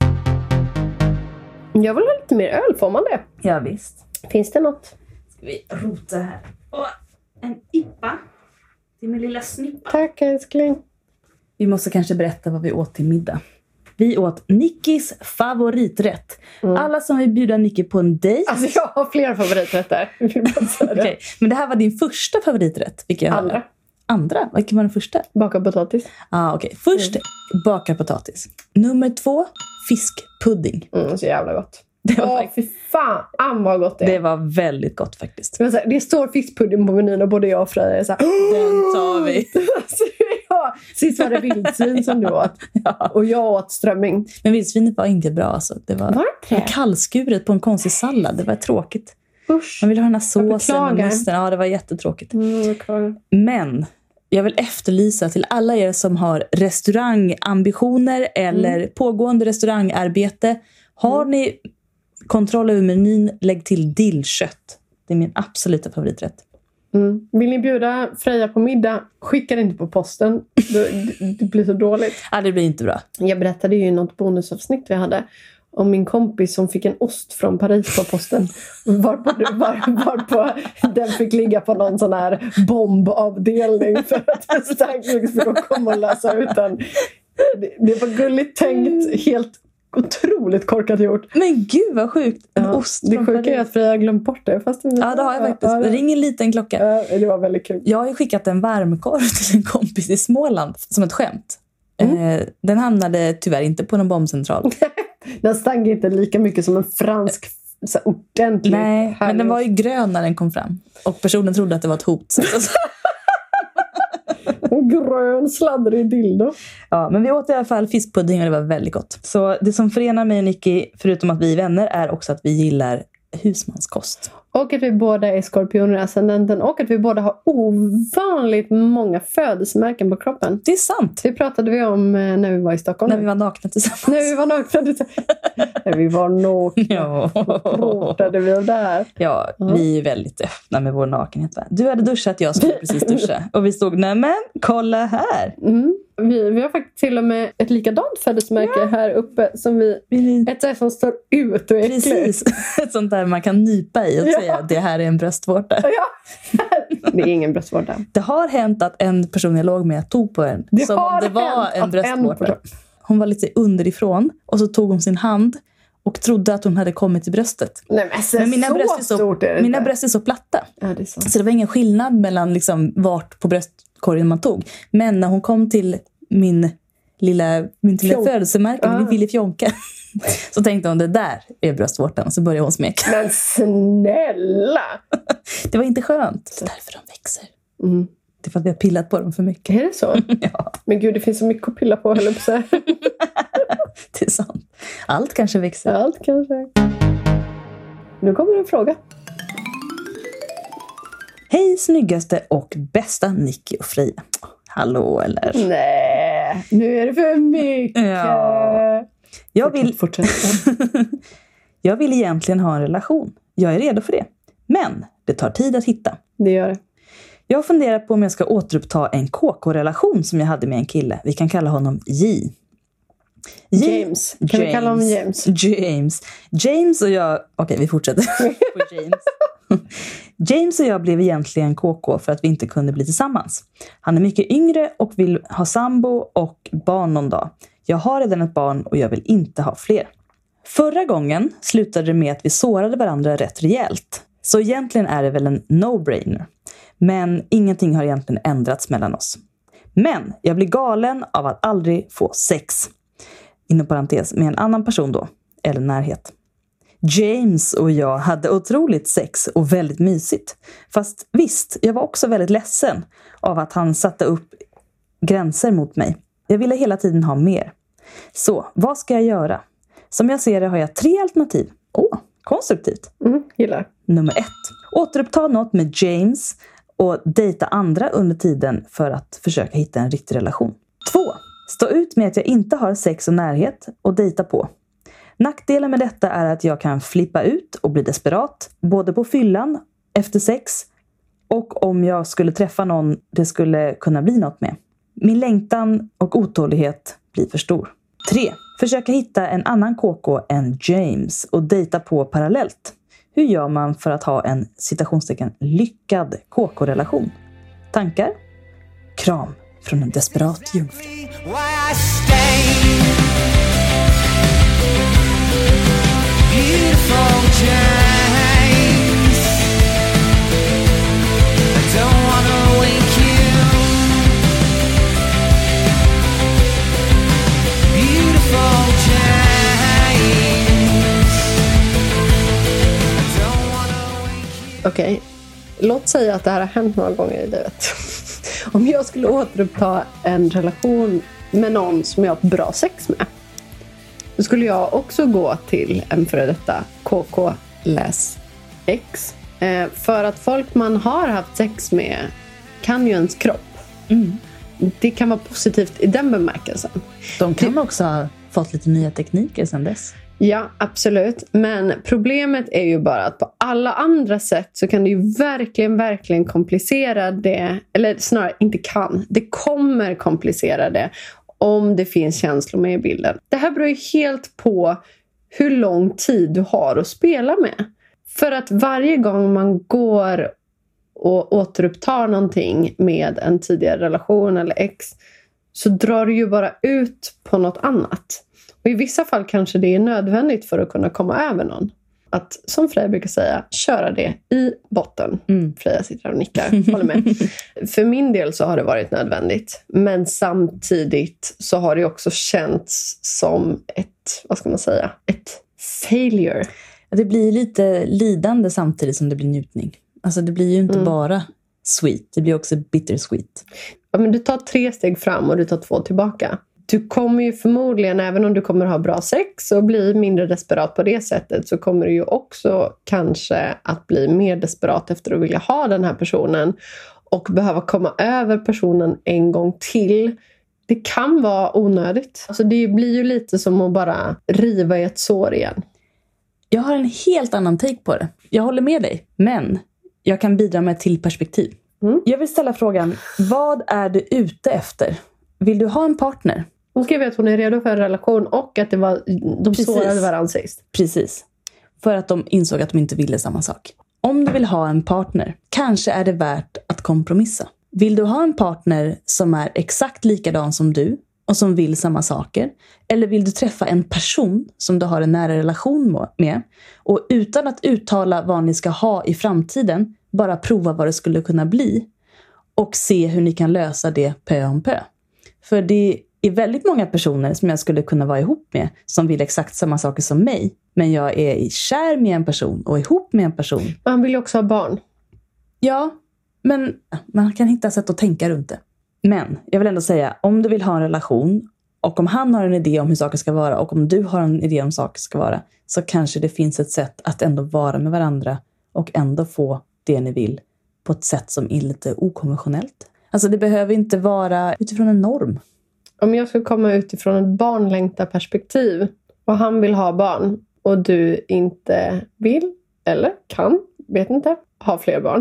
Jag vill ha lite mer öl, får man det? Ja, visst. Finns det något? Ska vi rota här. Och en IPA. Det är min lilla snippa. Tack älskling. Vi måste kanske berätta vad vi åt till middag. Vi åt Nickis favoriträtt. Alla som vill bjuda Nicky på en dejt. Alltså jag har flera favoriträtter. Okay. Men det här var din första favoriträtt. Andra? Vilken var den första? Bakad potatis. Okej. Först bakad potatis. Nummer 2, fiskpudding. Så jävla gott. Det var fy fan vad gott det är. Det var väldigt gott faktiskt. Det står fiskpudding på menyn och både jag och Freja är så här, den tar vi. Sist var det vildsvin som du åt. Ja. Och jag åt strömming. Men vildsvinet var inte bra alltså. Det var kallskuret på en konstig sallad. Det var tråkigt. Usch. Man vill ha den här såsen och musten. Ja, det var jättetråkigt. Men jag vill efterlysa till alla er som har restaurangambitioner eller pågående restaurangarbete. Har ni kontroll över menyn, lägg till dillkött. Det är min absoluta favoriträtt. Vill ni bjuda Freja på middag, skicka det inte på posten. Det blir så dåligt. Ja, det blir inte bra. Jag berättade ju i något bonusavsnitt vi hade om min kompis som fick en ost från Paris på posten. Varpå den fick ligga på någon sån här bombavdelning för att Starkmix skulle komma och lösa ut den. Det var gulligt tänkt, helt otroligt korkat gjort. Men gud vad sjukt. En ost. Det sjuka är att Freja har glömt bort det. Fast det har jag faktiskt. Det ringer en liten klocka. Det var väldigt kul. Jag har ju skickat en varmkorv till en kompis i Småland som ett skämt. Den hamnade tyvärr inte på någon bombcentral. Den stank inte lika mycket som en fransk så ordentlig. Nej, men den var ju grön när den kom fram. Och personen trodde att det var ett hot. En grön sladdrig dildo. Ja, men vi åt i alla fall fiskpudding och det var väldigt gott. Så det som förenar mig och Nicky, förutom att vi är vänner, är också att vi gillar husmanskost. Och att vi båda är skorpioner i ascendenten. Och att vi båda har ovanligt många födelsemärken på kroppen. Det är sant. Det pratade vi om när vi var i Stockholm. När vi var nakna tillsammans. När vi var nakna. Ja. Pratade vi om det här. Ja, vi är väldigt öppna med vår nakenhet. Va? Du hade duschat, jag skulle precis duscha. Och vi stod, nej men, kolla här. Vi har faktiskt till och med ett likadant födelsemärke här uppe som ett sånt som står ut och är äckligt. Precis, ett sånt där man kan nypa i och säga att det här är en bröstvårta. Ja. Det är ingen bröstvårta. Det har hänt att en person jag låg med tog på den som om det var en bröstvårta. Hon var lite underifrån och så tog hon sin hand och trodde att hon hade kommit till bröstet. Nej, men mina bröst är så platta. Ja, det är så. Så det var ingen skillnad mellan liksom vart på bröstkorgen man tog. Men när hon kom till min lilla födelsemärke, min fillefjonka, så tänkte hon, det där är bröstvårtan. Och så började hon smeka. Men snälla! Det var inte skönt. Det är därför de växer. Det är för att vi har pillat på dem för mycket. Är det så? Ja. Men gud, det finns så mycket att pilla på, höll jag på sig. Det är sant. Allt kanske växer. Allt kanske. Nu kommer en fråga. Hej snyggaste och bästa Nicky och Freja. Hallå eller? Nej, nu är det för mycket. Ja. Jag vill egentligen ha en relation. Jag är redo för det. Men det tar tid att hitta. Det gör det. Jag funderar på om jag ska återuppta en KK-relation som jag hade med en kille. Vi kan kalla honom J. James. Kan vi kalla honom James? James och jag... Okej, vi fortsätter på James. James och jag blev egentligen KK för att vi inte kunde bli tillsammans. Han är mycket yngre och vill ha sambo och barn någon dag. Jag har redan ett barn och jag vill inte ha fler. Förra gången slutade det med att vi sårade varandra rätt rejält. Så egentligen är det väl en no-brainer. Men ingenting har egentligen ändrats mellan oss. Men jag blir galen av att aldrig få sex. Inom parentes med en annan person då. Eller närhet. James och jag hade otroligt sex och väldigt mysigt. Fast visst, jag var också väldigt ledsen av att han satte upp gränser mot mig. Jag ville hela tiden ha mer. Så, vad ska jag göra? Som jag ser det har jag 3 alternativ. Konstruktivt. Gillar. Nummer 1. Återuppta något med James och dejta andra under tiden för att försöka hitta en riktig relation. 2. Stå ut med att jag inte har sex och närhet och dejta på. Nackdelen med detta är att jag kan flippa ut och bli desperat. Både på fyllan, efter sex och om jag skulle träffa någon det skulle kunna bli något med. Min längtan och otålighet blir för stor. 3. Försöka hitta en annan KK än James och dejta på parallellt. Hur gör man för att ha en citationstecken lyckad KK-relation? Tankar? Kram från en desperat jungfru. Okej, låt säga att det här har hänt några gånger i livet. Om jag skulle återuppta en relation med någon som jag har bra sex med, då skulle jag också gå till en före detta KK läs X. För att folk man har haft sex med kan ju ens kropp. Det kan vara positivt i den bemärkelsen. De kan också ha fått lite nya tekniker sedan dess. Ja, absolut. Men problemet är ju bara att på alla andra sätt så kan det ju verkligen komplicera det. Eller snarare inte kan. Det kommer komplicera det om det finns känslor med i bilden. Det här beror ju helt på hur lång tid du har att spela med. För att varje gång man går och återupptar någonting med en tidigare relation eller ex, så drar du ju bara ut på något annat. Och i vissa fall kanske det är nödvändigt för att kunna komma över någon. Att, som Freja brukar säga, köra det i botten. Freja sitter här och nickar, håller med. För min del så har det varit nödvändigt. Men samtidigt så har det också känts som ett, vad ska man säga, ett failure. Det blir lite lidande samtidigt som det blir njutning. Alltså det blir ju inte bara sweet, det blir också bittersweet. Ja, men du tar 3 steg fram och du tar 2 tillbaka. Du kommer ju förmodligen, även om du kommer ha bra sex och bli mindre desperat på det sättet, så kommer du ju också kanske att bli mer desperat efter att vilja ha den här personen och behöva komma över personen en gång till. Det kan vara onödigt. Alltså det blir ju lite som att bara riva i ett sår igen. Jag har en helt annan take på det. Jag håller med dig, men jag kan bidra med ett till perspektiv. Jag vill ställa frågan, vad är du ute efter? Vill du ha en partner? Hon skriver att hon är redo för en relation och att de sårade varandra sist. Precis. För att de insåg att de inte ville samma sak. Om du vill ha en partner, kanske är det värt att kompromissa. Vill du ha en partner som är exakt likadan som du och som vill samma saker? Eller vill du träffa en person som du har en nära relation med och utan att uttala vad ni ska ha i framtiden, bara prova vad det skulle kunna bli och se hur ni kan lösa det pö om pö? För det är väldigt många personer som jag skulle kunna vara ihop med som vill exakt samma saker som mig. Men jag är kär med en person och ihop med en person. Man vill ju också ha barn. Ja, men man kan hitta sätt att tänka runt det. Men jag vill ändå säga, om du vill ha en relation och om han har en idé om hur saker ska vara och om du har en idé om saker ska vara, så kanske det finns ett sätt att ändå vara med varandra och ändå få det ni vill på ett sätt som är lite okonventionellt. Alltså det behöver inte vara utifrån en norm. Om jag ska komma utifrån ett barnlängtarperspektiv och han vill ha barn och du inte vill eller kan, vet inte, ha fler barn.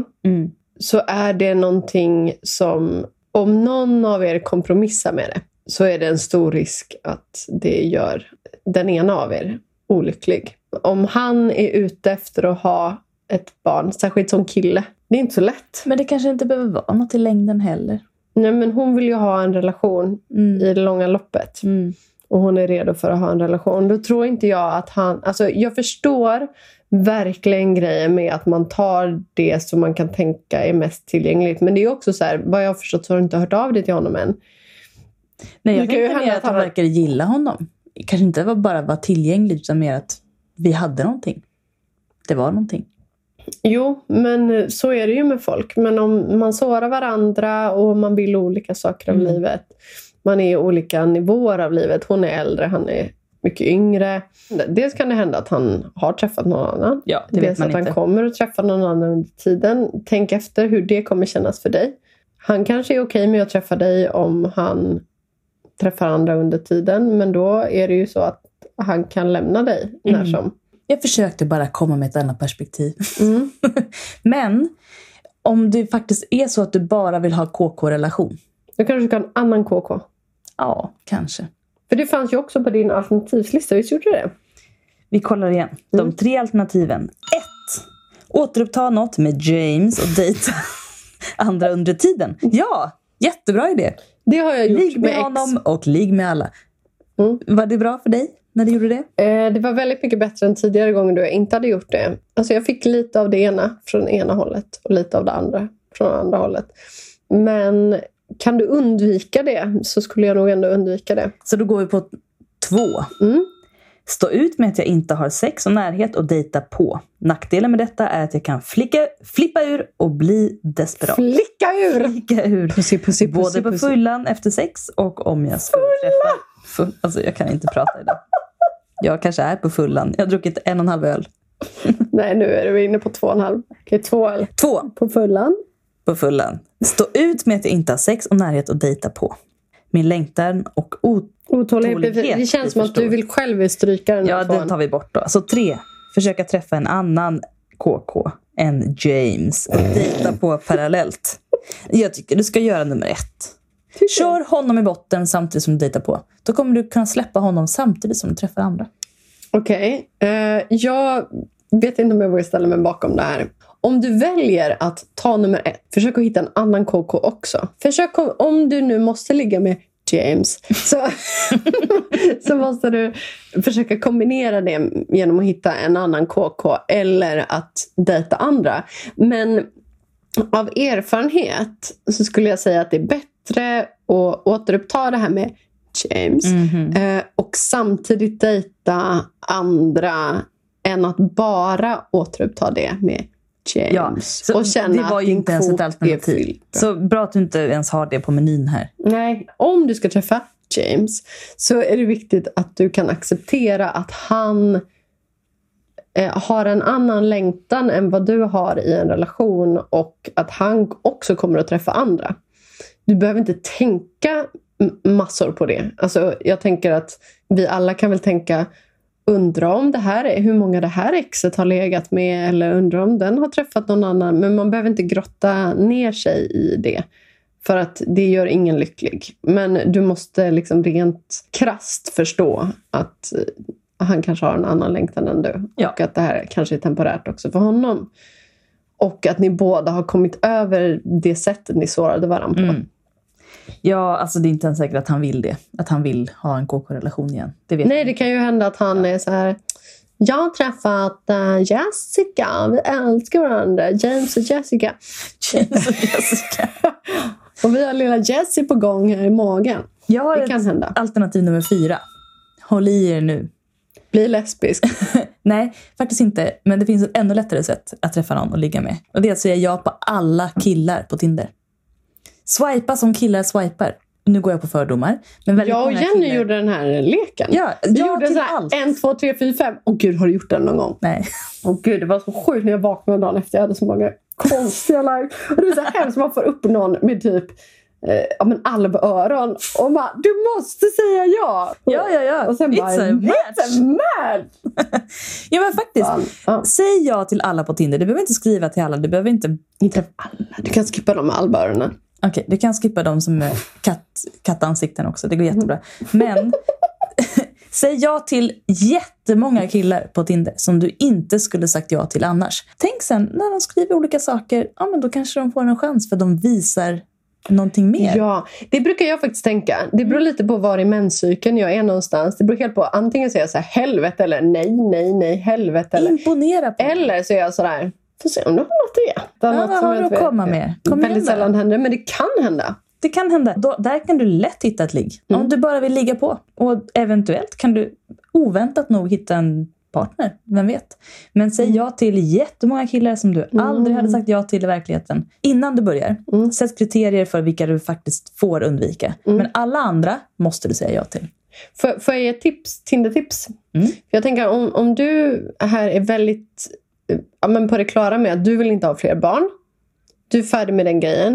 Så är det någonting som, om någon av er kompromissar med det, så är det en stor risk att det gör den ena av er olycklig. Om han är ute efter att ha ett barn, särskilt som kille, det är inte så lätt. Men det kanske inte behöver vara något i längden heller. Nej, men hon vill ju ha en relation i det långa loppet. Och hon är redo för att ha en relation. Då tror inte jag att han... Alltså jag förstår verkligen grejen med att man tar det som man kan tänka är mest tillgängligt. Men det är också så här, vad jag har förstått så har du inte hört av dig till honom än. Nej, jag tänkte mer att han verkar gilla honom. Kanske inte bara var tillgängligt utan mer att vi hade någonting. Det var någonting. Jo, men så är det ju med folk. Men om man sårar varandra och man vill olika saker av livet. Man är i olika nivåer av livet. Hon är äldre, han är mycket yngre. Dels kan det hända att han har träffat någon annan. Ja, det vet man att han inte. kommer att träffa någon annan under tiden. Tänk efter hur det kommer kännas för dig. Han kanske är okej med att träffa dig om han träffar andra under tiden. Men då är det ju så att han kan lämna dig när som. Jag försökte bara komma med ett annat perspektiv. Men om det faktiskt är så att du bara vill ha KK-relation. Då kanske du kan ha en annan KK. Ja, kanske. För det fanns ju också på din alternativslista, visst gjorde det? Vi kollar igen. De 3 alternativen. 1. Återuppta något med James och dejta andra under tiden. Ja, jättebra idé. Det har jag gjort ligg med honom och ligg med alla. Var det bra för dig när du gjorde det? Det var väldigt mycket bättre än tidigare gånger då jag inte hade gjort det. Alltså jag fick lite av det ena från ena hållet och lite av det andra från andra hållet. Men kan du undvika det så skulle jag nog ändå undvika det. Så då går vi på 2. Stå ut med att jag inte har sex och närhet och dejta på. Nackdelen med detta är att jag kan flippa ur och bli desperat. Flicka ur! Pussy, både på fullan efter sex och om jag skulle träffa... Alltså jag kan inte prata idag. Jag kanske är på fullan. Jag har druckit 1,5 öl. Nej, nu är du inne på 2,5. Okej, 2 öl. 2. På fullan. På fullan. Stå ut med att jag inte har sex och närhet och dejta på. Min längtan och otålighet. Det känns som att du vill själv stryka den. Ja, den tar vi bort då. Så 3. Försöka träffa en annan KK än James och dejta på parallellt. Jag tycker du ska göra nummer 1. Kör honom i botten samtidigt som du dejtar på. Då kommer du kunna släppa honom samtidigt som du träffar andra. Okej. Jag vet inte om jag vågar ställa mig bakom det här. Om du väljer att ta nummer 1, försök att hitta en annan KK också. Om du nu måste ligga med James så måste du försöka kombinera det genom att hitta en annan KK eller att dejta andra. Men av erfarenhet så skulle jag säga att det är bättre att återuppta det här med James och samtidigt dejta andra än att bara återuppta det med James. Ja, och känna det var ju inte ens ett alternativ. Så bra att du inte ens har det på menyn här. Nej, om du ska träffa James så är det viktigt att du kan acceptera att han har en annan längtan än vad du har i en relation och att han också kommer att träffa andra. Du behöver inte tänka massor på det. Alltså, jag tänker att vi alla kan väl tänka, undra om det här är hur många det här exet har legat med eller undra om den har träffat någon annan. Men man behöver inte grotta ner sig i det. För att det gör ingen lycklig. Men du måste liksom rent krasst förstå att han kanske har en annan längtan än du. Ja. Och att det här kanske är temporärt också för honom. Och att ni båda har kommit över det sättet ni sårade varandra på. Ja, alltså det är inte ens säkert att han vill det. Att han vill ha en KK-relation igen. Nej, det kan ju hända att han är så här: jag har träffat Jessica. Vi älskar varandra. James och Jessica. Och vi har lilla Jessie på gång här i magen. Jag har det kan hända. Alternativ nummer 4. Håll i er nu. Bli lesbisk. Nej, faktiskt inte. Men det finns ett ännu lättare sätt att träffa någon och ligga med. Och det är att säga ja på alla killar på Tinder. Swipa som killar swipar. Nu går jag på fördomar. Men jag och Jenny gjorde den här leken. Ja, vi gjorde så här 1, 2, 3, 4, 5. Åh gud, har du gjort den någon gång? Nej. Åh gud, det var så sjukt när jag vaknade dagen efter. Jag hade så många konstiga like. Och det är så hemskt, man får upp någon med typ alvöron. Och man, du måste säga ja. Ja. Och sen It's bara, a match. Ja, men faktiskt. Säg ja till alla på Tinder. Du behöver inte skriva till alla. Du behöver inte alla. Du kan skippa dem med alvöronen. Okej, du kan skippa dem som är kattansikten också. Det går jättebra. Men säg ja till jättemånga killar på Tinder som du inte skulle sagt ja till annars. Tänk sen, när de skriver olika saker, ja men då kanske de får en chans för de visar någonting mer. Ja, det brukar jag faktiskt tänka. Det beror lite på var i menscykeln jag är någonstans. Det beror helt på, antingen säger jag så här, helvete eller nej, helvete eller... Imponera på. Eller så är jag sådär, får se om du har något att ge. Vad har du att komma med? Väldigt sällan händer, men det kan hända. Det kan hända. Där kan du lätt hitta ett ligg. Om du bara vill ligga på. Och eventuellt kan du oväntat nog hitta en partner. Vem vet? Men säg ja till jättemånga killar som du aldrig hade sagt ja till i verkligheten. Innan du börjar. Sätt kriterier för vilka du faktiskt får undvika. Men alla andra måste du säga ja till. Får jag ge tips? Tinder-tips? För jag tänker, om du här är väldigt... på det klara med att du vill inte ha fler barn. Du är färdig med den grejen.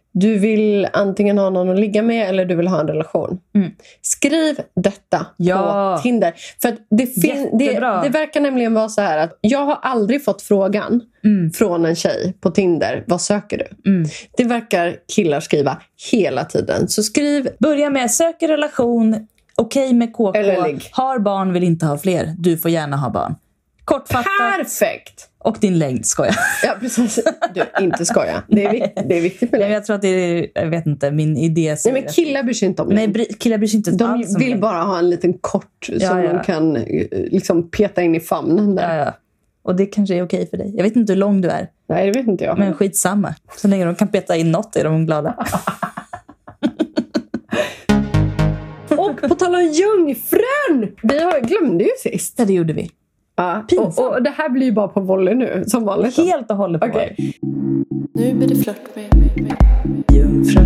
Du vill antingen ha någon att ligga med eller du vill ha en relation. Skriv detta på Tinder. För att det verkar nämligen vara så här att jag har aldrig fått frågan från en tjej på Tinder, vad söker du? Det verkar killar skriva hela tiden. Så skriv... Börja med söker relation, okej med KK, har barn, vill inte ha fler. Du får gärna ha barn. Kortfattat. Perfekt! Och din längd, skoja. Ja, precis. Du, inte skoja. Det är viktigt med det. Jag tror att det är, jag vet inte, min idé. Nej, men killar bryr sig inte om det. Nej, killar bryr sig inte de vill bara ha en liten kort som de kan liksom peta in i famnen där. Ja. Och det kanske är okej för dig. Jag vet inte hur lång du är. Nej, det vet inte jag. Men skitsamma. Så länge de kan peta in något är de glada. Och på tal om jungfrun! Vi glömde ju sist. Ja, det gjorde vi. Ja, och det här blir ju bara på volley nu, som vanligt. Helt och hållet på volley. Nu blir det flört med jungfrun.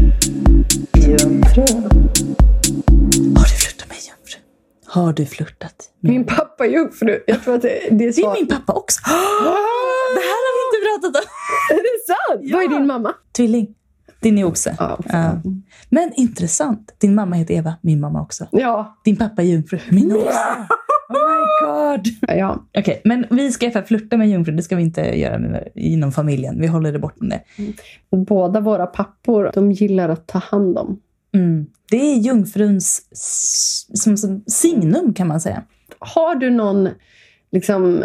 Har du flörtat med jungfrun? Har du flörtat med min pappa är jungfru. Jag tror att det är det är min pappa också. Det här har vi inte pratat om. Är det sant? Ja. Vad är din mamma? Tvilling. Din är oxe. Ja. Men intressant. Din mamma heter Eva. Min mamma också. Ja. Din pappa är jungfru. Min oxe. Oh my god. Ja. Okej, men vi ska flirta med jungfru. Det ska vi inte göra inom familjen. Vi håller det bort om det. Båda våra pappor, de gillar att ta hand om. Det är jungfruns som signum, kan man säga. Har du någon liksom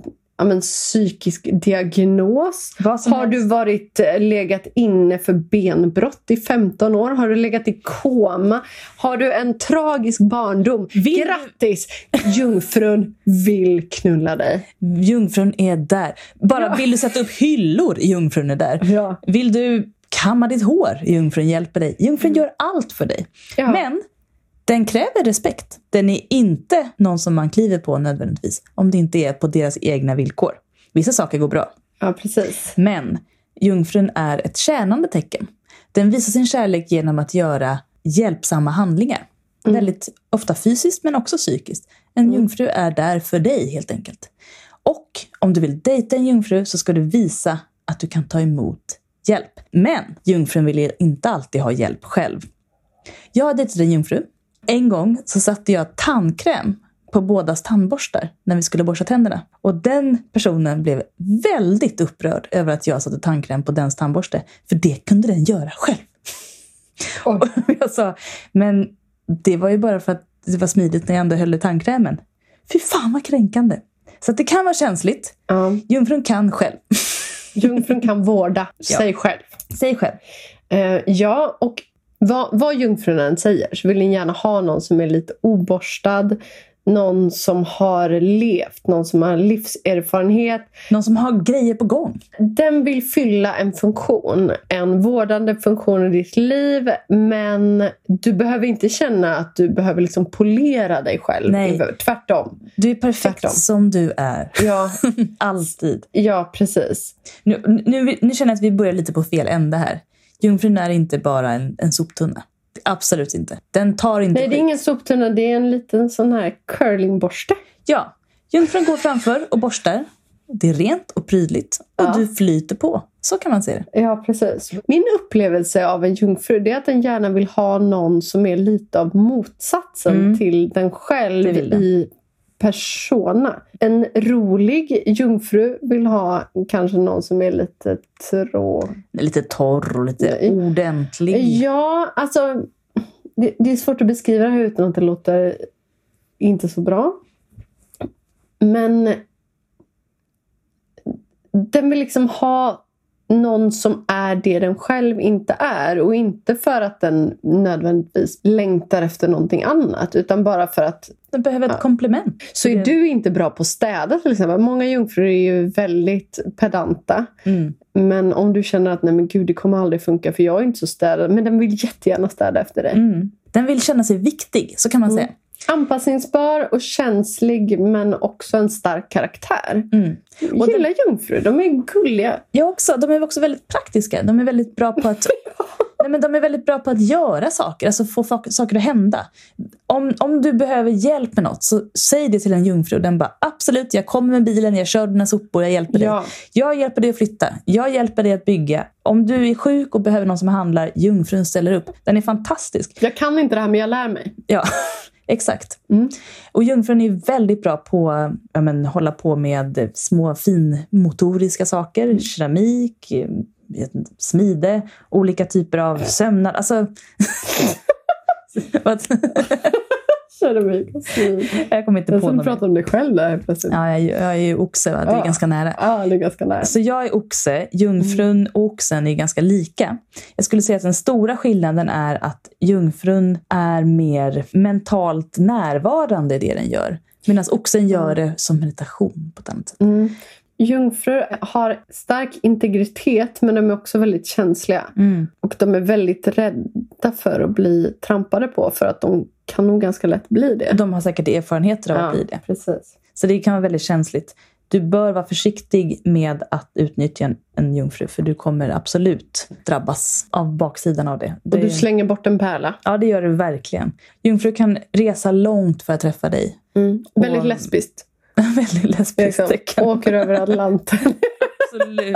psykisk diagnos? Har du legat inne för benbrott i 15 år? Har du legat i koma? Har du en tragisk barndom? Grattis! Jungfrun vill knulla dig. Jungfrun är där. Vill du sätta upp hyllor? Jungfrun är där. Ja. Vill du kamma ditt hår? Jungfrun hjälper dig. Jungfrun gör allt för dig. Ja. Men den kräver respekt. Den är inte någon som man kliver på nödvändigtvis. Om det inte är på deras egna villkor. Vissa saker går bra. Ja, precis. Men jungfrun är ett tjänande tecken. Den visar sin kärlek genom att göra hjälpsamma handlingar. Väldigt ofta fysiskt men också psykiskt. En jungfru är där för dig helt enkelt. Och om du vill dejta en jungfru så ska du visa att du kan ta emot hjälp. Men jungfrun vill inte alltid ha hjälp själv. Jag har dejtat en jungfru. En gång så satte jag tandkräm på bådas tandborstar när vi skulle borsta tänderna. Och den personen blev väldigt upprörd över att jag satte tandkräm på dens tandborste. För det kunde den göra själv. Och jag sa, men det var ju bara för att det var smidigt när jag ändå höll i tandkrämen. Fy fan vad kränkande. Så att det kan vara känsligt. Jungfrun kan själv. Jungfrun kan vårda sig själv. Säg själv. Ja, och vad jungfrun än säger så vill ni gärna ha någon som är lite oborstad. Någon som har levt. Någon som har livserfarenhet. Någon som har grejer på gång. Den vill fylla en funktion. En vårdande funktion i ditt liv. Men du behöver inte känna att du behöver liksom polera dig själv. Nej. Tvärtom. Du är perfekt som du är. Ja. Alltid. Ja, precis. Nu känner jag att vi börjar lite på fel ände här. Jungfrun är inte bara en soptunna. Absolut inte. Den tar inte. Nej, det är ingen soptunna. Det är en liten sån här curlingborste. Ja. Jungfrun går framför och borstar. Det är rent och prydligt. Och du flyter på. Så kan man se det. Ja, precis. Min upplevelse av en jungfru är att den gärna vill ha någon som är lite av motsatsen till den själv i persona. En rolig jungfru vill ha kanske någon som är lite lite torr och lite ordentlig. Ja, alltså det är svårt att beskriva det här utan att det låter inte så bra. Men den vill liksom ha någon som är det den själv inte är. Och inte för att den nödvändigtvis längtar efter någonting annat. Utan bara för att den behöver ett komplement. Så är du inte bra på att städa till exempel. Många jungfrur är ju väldigt pedanta. Men om du känner att nej men gud, det kommer aldrig funka för jag är inte så städad. Men den vill jättegärna städa efter dig. Den vill känna sig viktig, så kan man säga. Anpassningsbar och känslig men också en stark karaktär. Och gillar jungfrur, de är gulliga. Ja, också. De är också väldigt praktiska. De är väldigt bra på att Nej, men de är väldigt bra på att göra saker. Alltså få saker att hända. Om du behöver hjälp med något, så säg det till en jungfru. Den bara, absolut, jag kommer med bilen, jag kör dina sopor, jag hjälper dig. Jag hjälper dig att flytta. Jag hjälper dig att bygga. Om du är sjuk och behöver någon som handlar, jungfrun ställer upp. Den är fantastisk. Jag kan inte det här, men jag lär mig. Ja, exakt. Och jungfrun är väldigt bra på att hålla på med små finmotoriska saker. Keramik, smide, olika typer av sömnad. Alltså... Keramik och smide. Jag kommer inte på något. Du pratar om dig själv där plötsligt. Ja, jag är ju oxe, va? Det är ganska nära. Ja, det är ganska nära. Så jag är oxe, jungfrun och oxen är ganska lika. Jag skulle säga att den stora skillnaden är att jungfrun är mer mentalt närvarande i det den gör. Medan oxen gör det som meditation på ett annat sätt. Jungfrur har stark integritet, men de är också väldigt känsliga. Och de är väldigt rädda för att bli trampade på, för att de kan nog ganska lätt bli det. De har säkert erfarenheter av att bli det. Precis. Så det kan vara väldigt känsligt. Du bör vara försiktig med att utnyttja en jungfru, för du kommer absolut drabbas av baksidan av det. Och du slänger bort en pärla. Ja, det gör du verkligen. Jungfru kan resa långt för att träffa dig. Väldigt lesbiskt. Väldigt lesbiskt. Liksom. Åker över Atlanten. Absolut.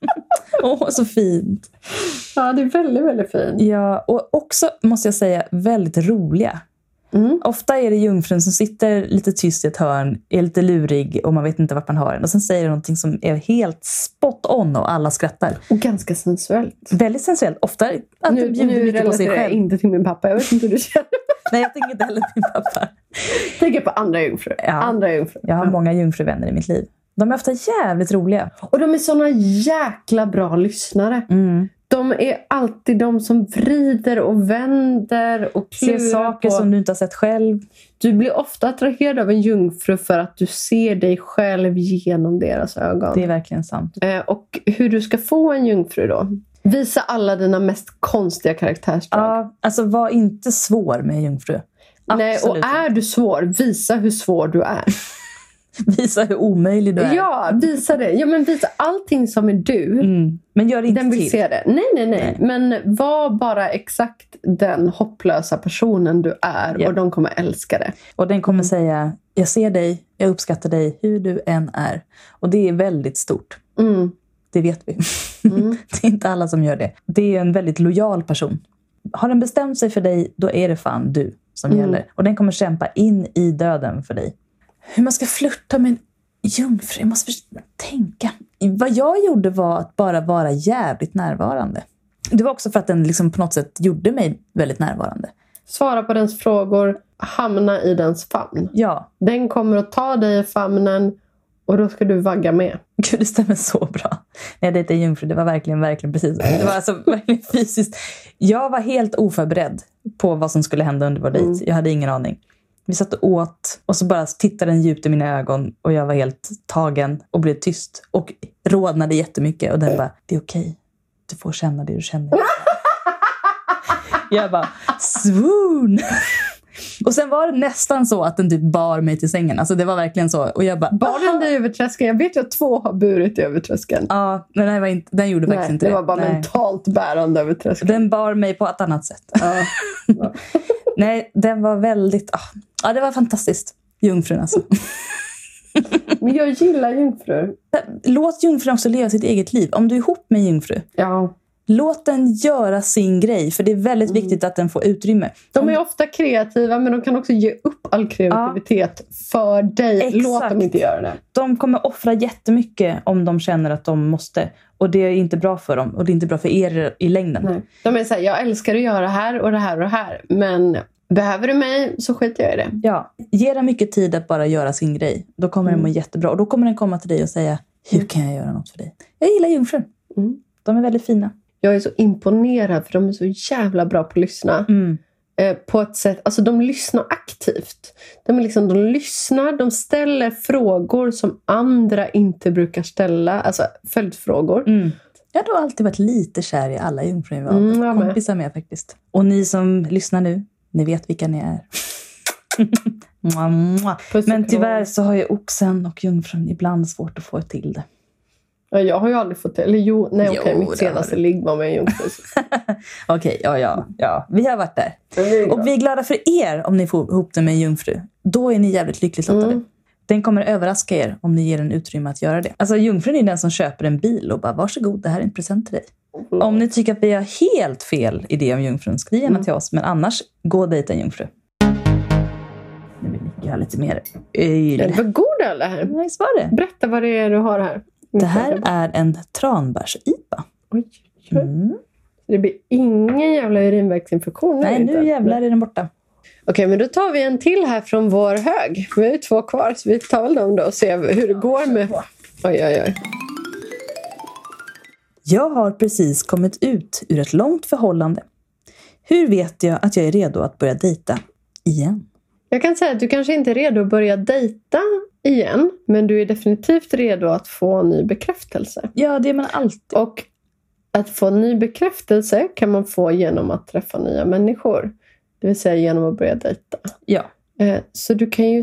Så fint. Ja, det är väldigt, väldigt fint. Ja, och också måste jag säga väldigt roliga. Ofta är det jungfrun som sitter lite tyst i ett hörn, är lite lurig och man vet inte vart man har den. Och sen säger det någonting som är helt spot on och alla skrattar. Och ganska sensuellt. Väldigt sensuellt. Ofta att nu mycket på sig själv. Jag inte till min pappa. Jag vet inte hur du känner. Nej, jag tänker inte heller till min pappa. Tänker på andra jungfrur. Ja, jag har många jungfruvänner i mitt liv. De är ofta jävligt roliga. Och de är såna jäkla bra lyssnare. De är alltid de som vrider och vänder och klurar ser saker på som du inte har sett själv. Du blir ofta attraherad av en jungfru för att du ser dig själv genom deras ögon. Det är verkligen sant. Och hur du ska få en jungfru då? Visa alla dina mest konstiga karaktärsdrag. Ja, alltså var inte svår med en jungfru. Nej, och är du svår, visa hur svår du är. Visa hur omöjlig du är. Ja, visa det. Ja, men visa allting som är du. Men gör det inte den vill till. Se det. Nej. Men var bara exakt den hopplösa personen du är. Och de kommer älska det. Och den kommer säga, jag ser dig, jag uppskattar dig, hur du än är. Och det är väldigt stort. Det vet vi. Det är inte alla som gör det. Det är en väldigt lojal person. Har den bestämt sig för dig, då är det fan du som gäller. Och den kommer kämpa in i döden för dig. Hur man ska flirta med en jungfru, jag måste tänka. Vad jag gjorde var att bara vara jävligt närvarande. Det var också för att den liksom på något sätt gjorde mig väldigt närvarande. Svara på dens frågor, hamna i dens famn. Ja. Den kommer att ta dig i famnen och då ska du vagga med. Gud, det stämmer så bra. När jag dejtade jungfru, det var verkligen precis. Det var alltså verkligen fysiskt. Jag var helt oförberedd på vad som skulle hända under vår dejt. Jag hade ingen aning. Vi satt och åt och så bara tittade den djupt i mina ögon och jag var helt tagen och blev tyst och rodnade jättemycket och den bara, det är okej. Du får känna det du känner. Jag bara, swoon! Och sen var det nästan så att den typ bar mig till sängen. Alltså det var verkligen så. Och jag bara, bar den dig över tröskeln? Jag vet ju att 2 har burit över tröskeln. Ja, men den gjorde faktiskt inte det. Det var bara mentalt bärande över tröskeln. Den bar mig på ett annat sätt. Ja. Nej, den var väldigt... Ja, det var fantastiskt. Jungfrun alltså. Men jag gillar jungfrur. Låt jungfrun också leva sitt eget liv. Om du är ihop med en jungfru. Ja. Låt den göra sin grej. För det är väldigt viktigt att den får utrymme. De är ofta kreativa, men de kan också ge upp all kreativitet för dig. Exakt. Låt dem inte göra det. De kommer offra jättemycket om de känner att de måste. Och det är inte bra för dem. Och det är inte bra för er i längden. Nej. De är så här, jag älskar att göra det här och det här och det här. Men behöver du mig så skiter jag i det. Ja, ge den mycket tid att bara göra sin grej. Då kommer den må jättebra. Och då kommer den komma till dig och säga, hur kan jag göra något för dig? Jag gillar jungfrun. De är väldigt fina. Jag är så imponerad för de är så jävla bra på att lyssna. På ett sätt, alltså de lyssnar aktivt. De lyssnar, de ställer frågor som andra inte brukar ställa. Alltså följdfrågor. Jag har alltid varit lite kär i alla jungfrun. Kompisar med faktiskt. Och ni som lyssnar nu, ni vet vilka ni är. Men tyvärr så har ju oxen och jungfrun ibland svårt att få till det. Ja, jag har ju aldrig fått det. Eller okej, mitt senaste ligg var med en jungfru. Okej, ja. Vi har varit där. Och vi är glada för er om ni får ihop det med en jungfru. Då är ni jävligt lyckligt lottade. Den kommer överraska er om ni ger den utrymme att göra det. Alltså jungfrun är den som köper en bil och bara varsågod, det här är en present till dig. Om ni tycker att vi har helt fel idé om jungfrun, skriv gärna till oss. Men annars, gå och dejta en jungfru. Nu vill Nicke ha lite mer öl. Det var god öl det här. Nej, var det. Berätta vad det är du har här. Det här är en tranbärs-IPA. Oj. Det blir ingen jävla urinvägsinfektion. Nej, nu jävlar är den borta. Okej, men då tar vi en till här från vår hög. Vi har ju 2 kvar, så vi tar väl dem då och ser hur det går med... Oj. Jag har precis kommit ut ur ett långt förhållande. Hur vet jag att jag är redo att börja dejta igen? Jag kan säga att du kanske inte är redo att börja dejta igen, men du är definitivt redo att få ny bekräftelse. Ja, det är man alltid. Och att få ny bekräftelse kan man få genom att träffa nya människor. Det vill säga genom att börja dejta. Ja. Så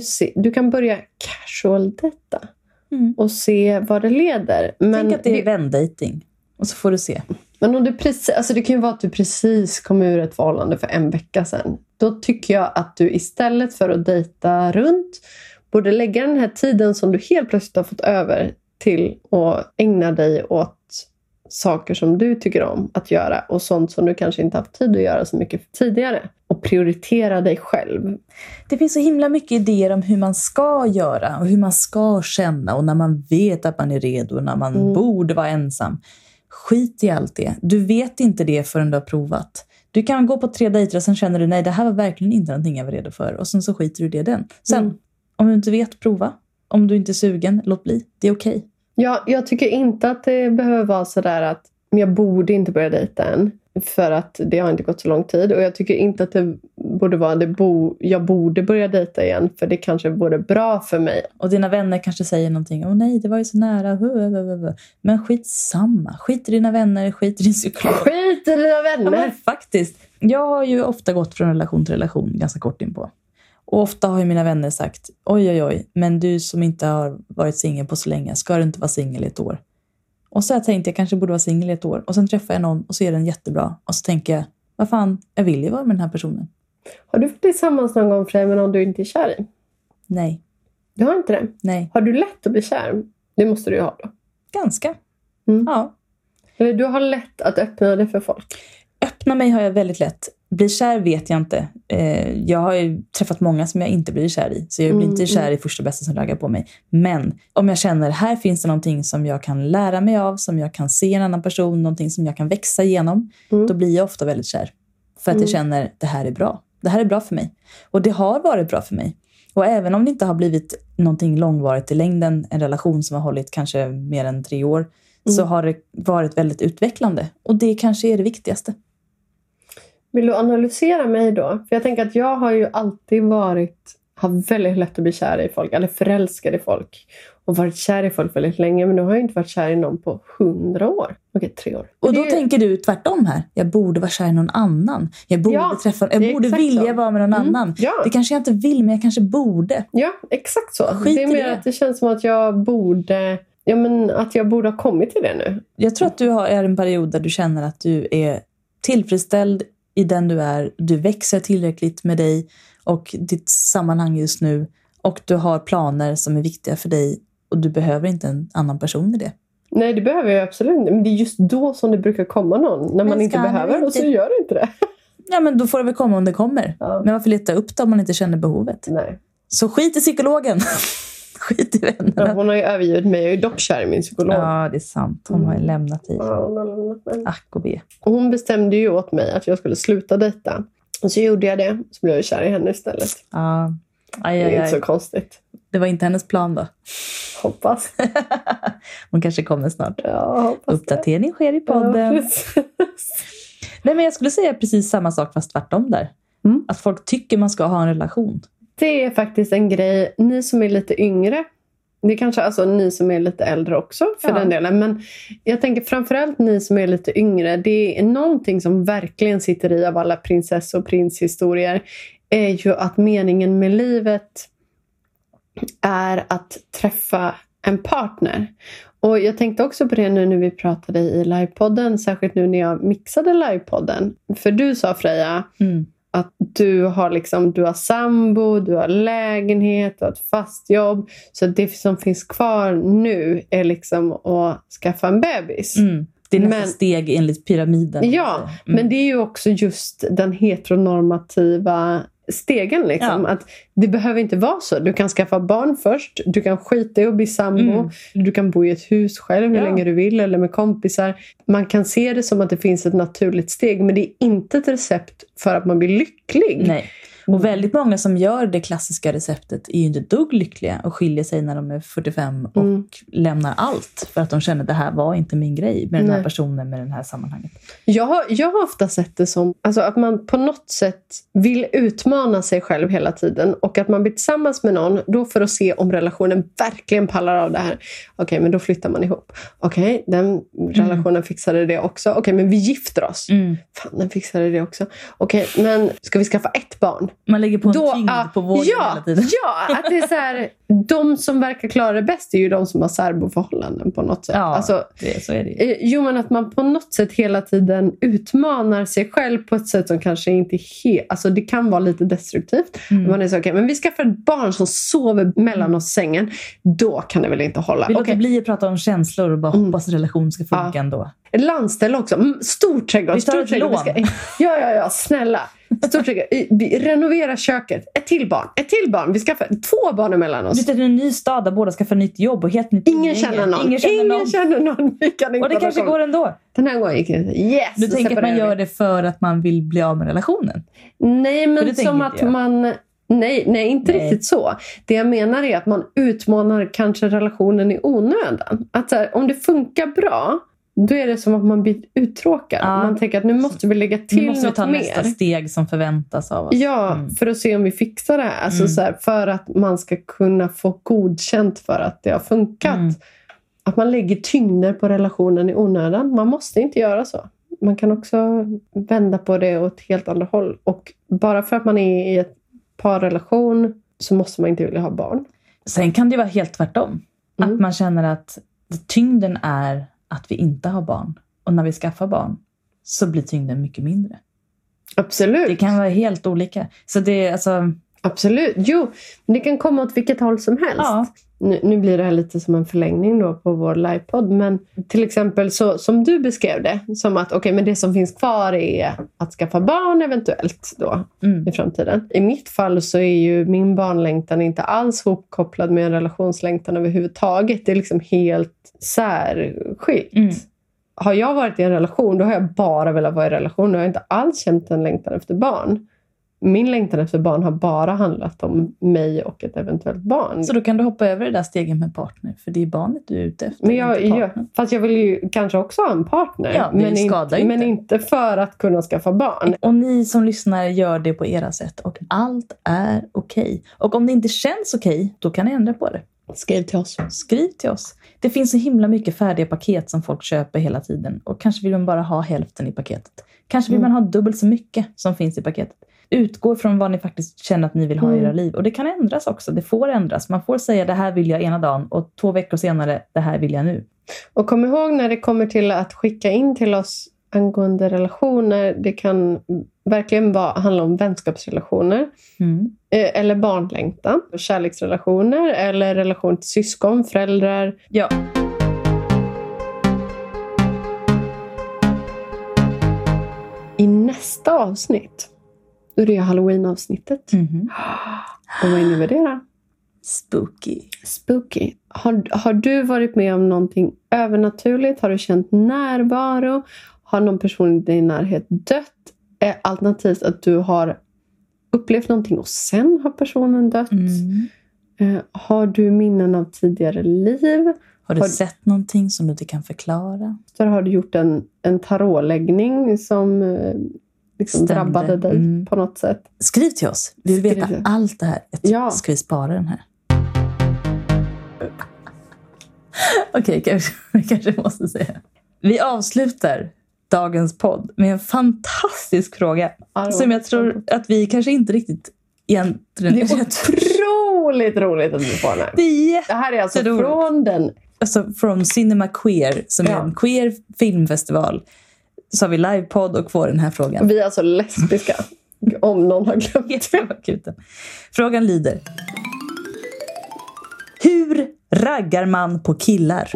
du kan börja casual dejta. Och se vad det leder. Tänk att det är vändating. Och så får du se. Men om du precis, alltså det kan ju vara att du precis kom ur ett förhållande för 1 vecka sedan. Då tycker jag att du istället för att dejta runt borde lägga den här tiden som du helt plötsligt har fått över till att ägna dig åt saker som du tycker om att göra och sånt som du kanske inte haft tid att göra så mycket tidigare. Och prioritera dig själv. Det finns så himla mycket idéer om hur man ska göra och hur man ska känna och när man vet att man är redo och när man borde vara ensam. Skit i allt det. Du vet inte det förrän du har provat. Du kan gå på 3 dejter och sen känner du nej, det här var verkligen inte någonting jag var redo för. Och sen så skiter du det den. Sen, om du inte vet, prova. Om du inte är sugen, låt bli. Det är okej. Ja, jag tycker inte att det behöver vara sådär att jag borde inte börja dejta än. För att det har inte gått så lång tid. Och jag tycker inte att det borde vara jag borde börja dejta igen. För det kanske vore bra för mig. Och dina vänner kanske säger någonting. Åh nej, det var ju så nära. Men skit samma. Skit i dina vänner, skit i din psykolog. Skit i dina vänner. Ja, faktiskt. Jag har ju ofta gått från relation till relation ganska kort in på. Och ofta har ju mina vänner sagt, oj, men du som inte har varit singel på så länge, ska du inte vara singel i ett år? Och så har jag tänkt, jag kanske borde vara singel i ett år. Och sen träffar jag någon och så är den jättebra. Och så tänker jag, vad fan, jag vill ju vara med den här personen. Har du varit tillsammans någon gång för dig med någon du inte är kär i? Nej. Du har inte det? Nej. Har du lätt att bli kär? Det måste du ju ha då. Ganska. Ja. Eller du har lätt att öppna dig för folk? Öppna mig har jag väldigt lätt. Bli kär vet jag inte. Jag har ju träffat många som jag inte blir kär i. Så jag blir inte kär i första bästa som raggar på mig. Men om jag känner, här finns det någonting som jag kan lära mig av. Som jag kan se en annan person. Någonting som jag kan växa igenom. Då blir jag ofta väldigt kär. För att jag känner, det här är bra. Det här är bra för mig. Och det har varit bra för mig. Och även om det inte har blivit någonting långvarigt i längden. En relation som har hållit kanske mer än 3 år. Så har det varit väldigt utvecklande. Och det kanske är det viktigaste. Vill du analysera mig då? För jag tänker att jag har ju alltid har väldigt lätt att bli kär i folk. Eller förälskad i folk. Och varit kär i folk väldigt länge. Men nu har jag inte varit kär i någon på 100 år. Okej, 3 år. Och då tänker du tvärtom här. Jag borde vara kär i någon annan. Jag borde jag borde vilja vara med någon annan. Ja. Det kanske jag inte vill, men jag kanske borde. Ja, exakt så. Skit det är mer att det känns som att jag borde... Ja, men att jag borde ha kommit till det nu. Jag tror att du är en period där du känner att du är tillfredsställd i den du är. Du växer tillräckligt med dig och ditt sammanhang just nu. Och du har planer som är viktiga för dig. Och du behöver inte en annan person i det. Nej, det behöver jag absolut inte. Men det är just då som det brukar komma någon. När man inte behöver och så gör det inte det. Ja, men då får det väl komma om det kommer. Ja. Men varför leta upp det om man inte känner behovet? Nej. Så skit i psykologen. Skit i vännerna. Ja, hon har ju övergivit mig. Jag är ju dock kär i min psykolog. Ja, det är sant. Hon har ju lämnat dig. Ja, hon har lämnat mig. Ack och be. Och hon bestämde ju åt mig att jag skulle sluta dejta. Och så gjorde jag det. Så blev jag kär i henne istället. Ja. Det är inte så konstigt. Det var inte hennes plan då? Hoppas. Hon kanske kommer snart. Ja, hoppas. Uppdatering sker i podden. Ja, nej, men jag skulle säga precis samma sak fast tvärtom där. Att folk tycker man ska ha en relation. Det är faktiskt en grej. Ni som är lite yngre. Det är kanske alltså ni som är lite äldre också för den delen. Men jag tänker framförallt ni som är lite yngre. Det är någonting som verkligen sitter i av alla prinsess- och prinshistorier. Är ju att meningen med livet är att träffa en partner. Och jag tänkte också på det nu när vi pratade i livepodden, särskilt nu när jag mixade livepodden. För du sa, Freja, att du har sambo, du har lägenhet, du har ett fast jobb. Så det som finns kvar nu är liksom att skaffa en bebis. Det är nästa steg enligt pyramiden. Ja, men det är ju också just den heteronormativa stegen liksom. Att det behöver inte vara så. Du kan skaffa barn först, du kan skita i att bli sambo, du kan bo i ett hus själv hur länge du vill eller med kompisar. Man kan se det som att det finns ett naturligt steg, men det är inte ett recept för att man blir lycklig. Nej. Och väldigt många som gör det klassiska receptet är ju inte dugg lyckliga och skiljer sig när de är 45 och lämnar allt för att de känner att det här var inte min grej med den här personen, med den här sammanhanget. Jag har ofta sett det som att man på något sätt vill utmana sig själv hela tiden och att man blir tillsammans med någon då för att se om relationen verkligen pallar av det här. Okej, men då flyttar man ihop. Okej, den relationen fixade det också. Okej, men vi gifter oss. Fan, den fixade det också. Okej, men ska vi skaffa ett barn? Man lägger på en tyngd på vågen hela tiden. Ja, att det är så här, de som verkar klara det bäst är ju de som har särboförhållanden på något sätt. Ja, så är det ju. Jo, men att man på något sätt hela tiden utmanar sig själv på ett sätt som kanske inte är helt... Alltså det kan vara lite destruktivt. Man är så, okej, men vi skaffar ett barn som sover mellan oss sängen. Då kan det väl inte hålla. Vi låter bli att prata om känslor och bara hoppas relation ska funka ändå. Ett landställe också. Stor trädgård. Vi tar ett lån. Ja, snälla. Renovera köket. Ett till barn. Vi skaffar 2 barn emellan oss. Det är en ny stad där båda ska få nytt jobb och helt nytt. Ingen känner någon. Vi kan inte, och det kanske går ändå. Den här gången gick det inte. Yes, du tänker att man gör det för att man vill bli av med relationen? Nej, men som att man... Nej, inte riktigt så. Det jag menar är att man utmanar kanske relationen i onödan. Att så här, om det funkar bra, då är det som att man blir uttråkad. Man tänker att nu måste vi lägga till något mer. Nu måste vi ta nästa steg som förväntas av oss. Ja, för att se om vi fixar det här. Alltså så här, för att man ska kunna få godkänt för att det har funkat. Att man lägger tyngder på relationen i onödan. Man måste inte göra så. Man kan också vända på det åt helt andra håll. Och bara för att man är i ett parrelation så måste man inte vilja ha barn. Sen kan det vara helt tvärtom. Att man känner att tyngden är att vi inte har barn. Och när vi skaffar barn så blir tyngden mycket mindre. Absolut. Det kan vara helt olika. Så det är alltså... Absolut. Jo, det kan komma åt vilket håll som helst. Ja. Nu blir det här lite som en förlängning då på vår livepodd. Men till exempel så som du beskrev det. Som att men det som finns kvar är att skaffa barn eventuellt då i framtiden. I mitt fall så är ju min barnlängtan inte alls hopkopplad med en relationslängtan överhuvudtaget. Det är liksom helt särskilt. Har jag varit i en relation, då har jag bara velat vara i relation. Jag har inte alls känt en längtan efter barn. Min längtan efter barn har bara handlat om mig och ett eventuellt barn. Så då kan du hoppa över det där stegen med partner. För det är barnet du är ute efter. Men fast jag vill ju kanske också ha en partner. Ja, men inte för att kunna skaffa barn. Och ni som lyssnar gör det på era sätt. Och allt är okej. Och om det inte känns okej, då kan ni ändra på det. Skriv till oss. Det finns så himla mycket färdiga paket som folk köper hela tiden. Och kanske vill man bara ha hälften i paketet. Kanske vill man ha dubbelt så mycket som finns i paketet. Utgå från vad ni faktiskt känner att ni vill ha i era liv. Och det kan ändras också. Det får ändras. Man får säga det här vill jag ena dagen. Och 2 veckor senare, det här vill jag nu. Och kom ihåg när det kommer till att skicka in till oss angående relationer. Det kan verkligen handla om vänskapsrelationer. Eller barnlängtan. Kärleksrelationer. Eller relation till syskon, föräldrar. Ja. I nästa avsnitt. Då är det Halloween-avsnittet. Och vad innebär det då? Spooky. Har du varit med om någonting övernaturligt? Har du känt närvaro? Har någon person i din närhet dött? Alternativt att du har upplevt någonting och sen har personen dött? Har du minnen av tidigare liv? Har du sett någonting som du inte kan förklara? Så har du gjort en tarotläggning som... liksom drabbade dig på något sätt. Skriv till oss. Vi vill veta allt det här. Ska vi spara den här? Okej, kanske måste säga. Vi avslutar dagens podd med en fantastisk fråga. Som jag tror att vi kanske inte riktigt egentligen... Det är otroligt roligt att du får den här. Det här är alltså från den... Alltså från Cinema Queer, som är en queer filmfestival. Så har vi livepodd och får den här frågan. Vi är alltså lesbiska. Om någon har glömt det. Frågan lyder: hur raggar man på killar?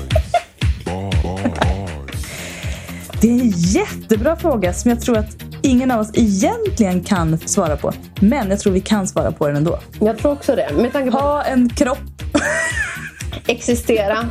Det är en jättebra fråga som jag tror att ingen av oss egentligen kan svara på. Men jag tror vi kan svara på den ändå. Jag tror också det. Med tanke på ha en kropp. Existera.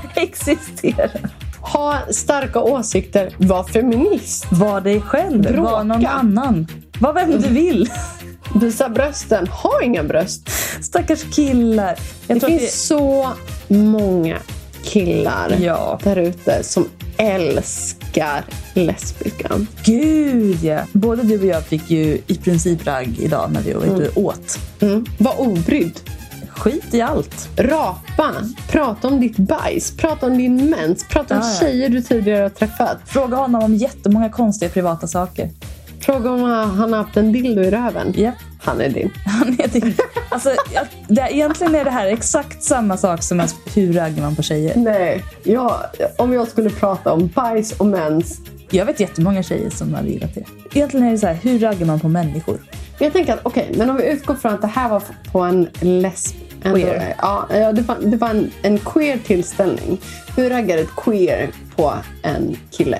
Ha starka åsikter. Var feminist. Var dig själv. Bråka. Var någon annan. Var vem du vill. Visa brösten. Ha inga bröst. Stackars killar. Det finns så många killar där ute som älskar lesbiskan. Gud, ja. Både du och jag fick ju i princip ragg idag när vi var ute och åt. Var obrydd. Skit i allt. Rapa. Prata om ditt bajs. Prata om din mens. Prata om tjejer du tidigare har träffat. Fråga honom om jättemånga konstiga privata saker. Fråga om han har haft en dildo i röven. Ja. Han är din. Alltså, egentligen är det här exakt samma sak som att hur raggar man på tjejer. Nej, om jag skulle prata om bajs och mens. Jag vet jättemånga tjejer som hade gillat det. Egentligen är det så här, hur raggar man på människor? Jag tänker att men om vi utgår från att det här var på en queer. Det var en queer tillställning. Hur raggar ett queer på en kille?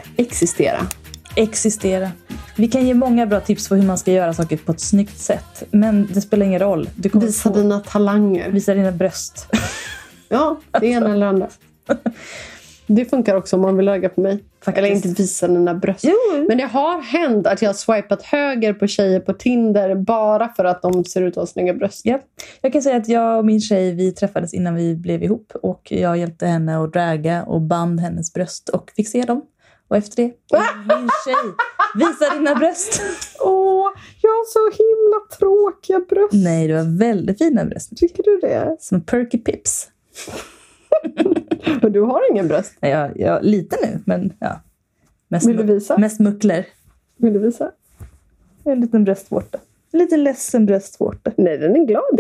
Existera. Vi kan ge många bra tips på hur man ska göra saker på ett snyggt sätt. Men det spelar ingen roll. Visa dina talanger. Visa dina bröst. Ja, det ena eller andra. Det funkar också om man vill ragga på mig. Faktiskt. Eller inte visa dina bröst. Jo. Men det har hänt att jag har swipat höger på tjejer på Tinder bara för att de ser ut att ha snygga bröst. Ja. Jag kan säga att jag och min tjej, vi träffades innan vi blev ihop. Och jag hjälpte henne att draga och band hennes bröst och fick se dem. Och efter det, min tjej, visa dina bröst. Jag har så himla tråkiga bröst. Nej, du har väldigt fina bröst. Tycker du det? Som Perky Pips. Och du har ingen bröst? Nej, jag lite nu, men ja. Vill du visa? Mest muckler. Vill du visa? En liten bröstvårta. En liten ledsen bröstvårta. Nej, den är glad.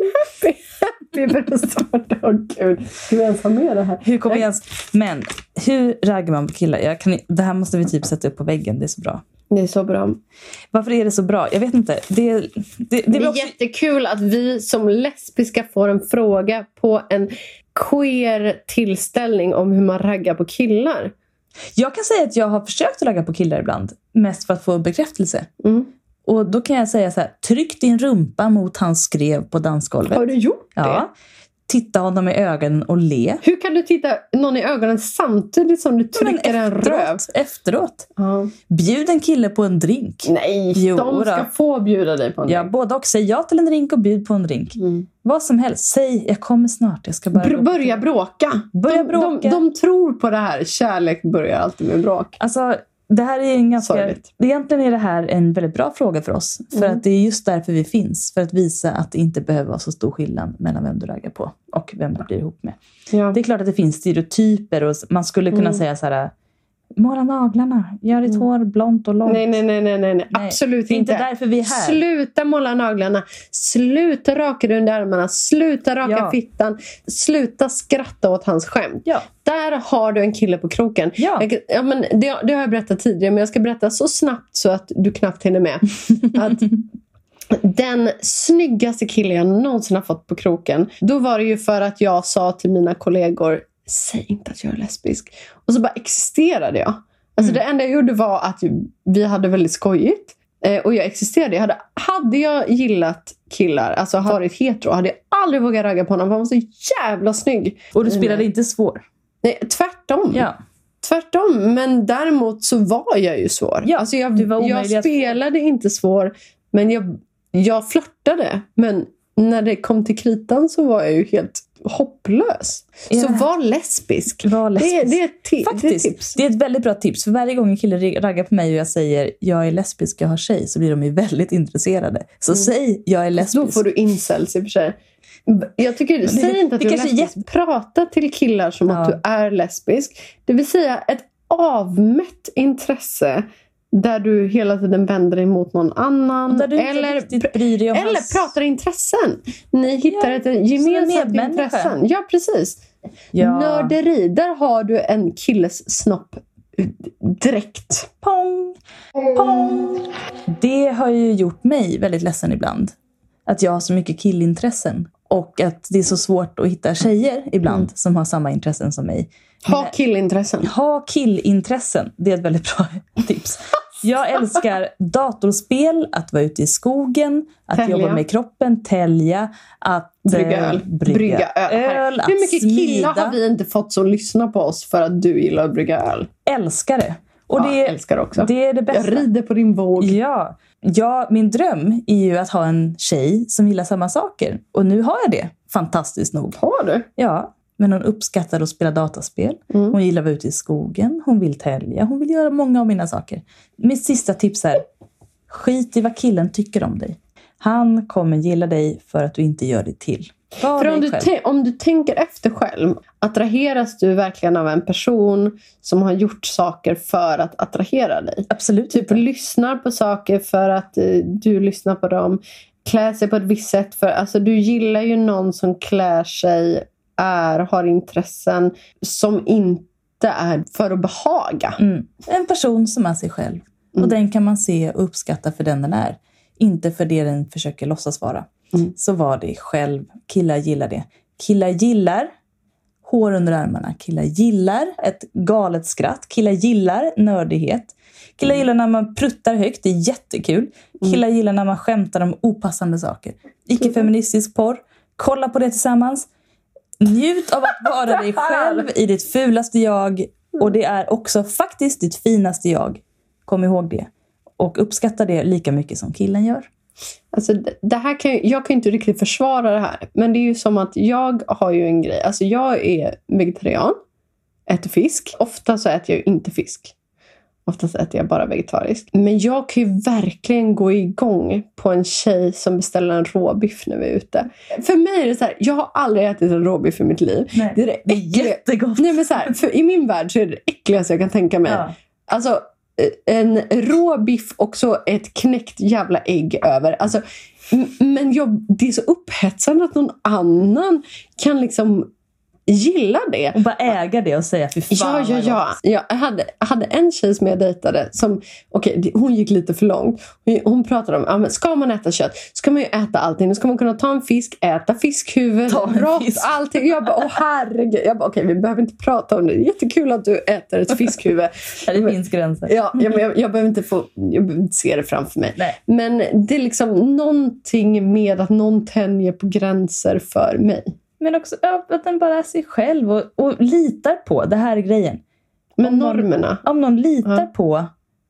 Happy bröstvårta. Åh gud, hur ens ha med det här? Men hur raggar man på killar? Det här måste vi typ sätta upp på väggen, det är så bra. Det är så bra. Varför är det så bra? Jag vet inte. Det är också jättekul att vi som lesbiska får en fråga på en queer tillställning om hur man raggar på killar. Jag kan säga att jag har försökt att ragga på killar ibland. Mest för att få bekräftelse. Och då kan jag säga så här: tryck din rumpa mot hans skrev på dansgolvet. Har du gjort det? Ja. Titta honom i ögonen och le. Hur kan du titta någon i ögonen samtidigt som du trycker en röv? Efteråt. Bjud en kille på en drink. Nej, de ska få bjuda dig på en drink. Ja, båda och. Säg ja till en drink och bjud på en drink. Vad som helst. Säg, jag kommer snart. Jag ska bara börja bråka. De tror på det här. Kärlek börjar alltid med bråk. Alltså, det här är en ganska... Egentligen är det här en väldigt bra fråga för oss. För att det är just därför vi finns. För att visa att det inte behöver vara så stor skillnad mellan vem du raggar på och vem du blir ihop med. Ja. Det är klart att det finns stereotyper och man skulle kunna säga så här: måla naglarna, gör ditt hår blont och långt. Nej. Absolut inte. Det är inte därför vi är här. Sluta måla naglarna. Sluta raka dig under armarna. Sluta raka fittan. Sluta skratta åt hans skämt. Ja. Där har du en kille på kroken. Ja. Men det har jag berättat tidigare, men jag ska berätta så snabbt så att du knappt hinner med. Att den snyggaste killen jag någonsin har fått på kroken, då var det ju för att jag sa till mina kollegor: säg inte att jag är lesbisk. Och så bara existerade jag. Alltså det enda jag gjorde var att vi hade väldigt skojigt. Och jag existerade. Hade jag gillat killar, alltså varit hetero, hade jag aldrig vågat ragga på honom. Han var så jävla snygg. Och du spelade inte svår? Nej, tvärtom. Ja. Tvärtom, men däremot så var jag ju svår. Ja, alltså jag spelade inte svår, men jag flörtade. Men när det kom till kritan så var jag ju helt hopplös. Ja. Så var lesbisk. Det är ett tips. Det är ett väldigt bra tips. För varje gång en kille raggar på mig och jag säger jag är lesbisk, jag har tjej, så blir de ju väldigt intresserade. Så säg jag är lesbisk. Då får du incels i och för sig. Jag tycker, säg inte att du är lesbisk. Prata till killar som att du är lesbisk. Det vill säga ett avmätt intresse. där du hela tiden vänder dig mot någon annan. Där du inte riktigt bryr dig om eller pratar intressen. Ni hittar ett gemensamt intressen. Ja, precis. Ja. Nörderi, där har du en killes snopp direkt. Pong! Pong! Det har ju gjort mig väldigt ledsen ibland. Att jag har så mycket killintressen. Och att det är så svårt att hitta tjejer ibland som har samma intressen som mig. Ha killintressen. Ha killintressen. Det är ett väldigt bra tips. Jag älskar datorspel, att vara ute i skogen, att jobba med kroppen, tälja, att brygga öl. Hur mycket killar har vi inte fått som lyssnar på oss för att du gillar att brygga öl? Älskar det. Och det älskar också. Det är det bästa. Jag rider på din våg. Ja, min dröm är ju att ha en tjej som gillar samma saker. Och nu har jag det, fantastiskt nog. Har du? Ja, men hon uppskattar att spela dataspel. Hon gillar att vara ute i skogen. Hon vill tälja. Hon vill göra många av mina saker. Mitt sista tips är: skit i vad killen tycker om dig. Han kommer gilla dig för att du inte gör det till. För om du tänker efter själv, attraheras du verkligen av en person som har gjort saker för att attrahera dig? Absolut. Typ lyssnar på saker för att du lyssnar på dem. Klär sig på ett visst sätt. Alltså du gillar ju någon som klär sig, har intressen som inte är för att behaga. En person som är sig själv. Och den kan man se och uppskatta för den är. Inte för det den försöker låtsas vara. Så var det själv. Killar gillar det. Killar gillar hår under armarna. Killar gillar ett galet skratt. Killar gillar nördighet. Killar gillar när man pruttar högt. Det är jättekul. Killar gillar när man skämtar om opassande saker. Icke-feministisk porr. Kolla på det tillsammans. Njut av att vara dig själv i ditt fulaste jag. Och det är också faktiskt ditt finaste jag. Kom ihåg det. Och uppskatta det lika mycket som killen gör. Alltså det här jag kan inte riktigt försvara det här. Men det är ju som att jag har ju en grej. Alltså jag är vegetarian. Äter fisk. Ofta så äter jag inte fisk. Oftast äter jag bara vegetarisk. Men jag kan ju verkligen gå igång på en tjej som beställer en råbiff när vi är ute. För mig är det så här, jag har aldrig ätit en råbiff i mitt liv. Nej, det är jättegott. Nej, men så här, för i min värld så är det äckligaste jag kan tänka mig. Ja. Alltså en råbiff och så ett knäckt jävla ägg över. Alltså, men det är så upphetsande att någon annan kan liksom gilla det. Och bara äga det och säga fy fan. Ja. Jag hade en tjej som jag dejtade som, hon gick lite för långt. Hon pratade om, ska man äta kött ska man ju äta allting. Nu ska man kunna ta en fisk, äta fiskhuvud, rått, allting. Jag bara, herregud. Jag bara, vi behöver inte prata om det. Det är jättekul att du äter ett fiskhuvud. Det finns gränser. Ja, jag behöver inte se det framför mig. Nej. Men det är liksom någonting med att någon tänjer på gränser för mig. Men också att den bara är sig själv och litar på. Det här är grejen. Men normerna. Om någon litar på.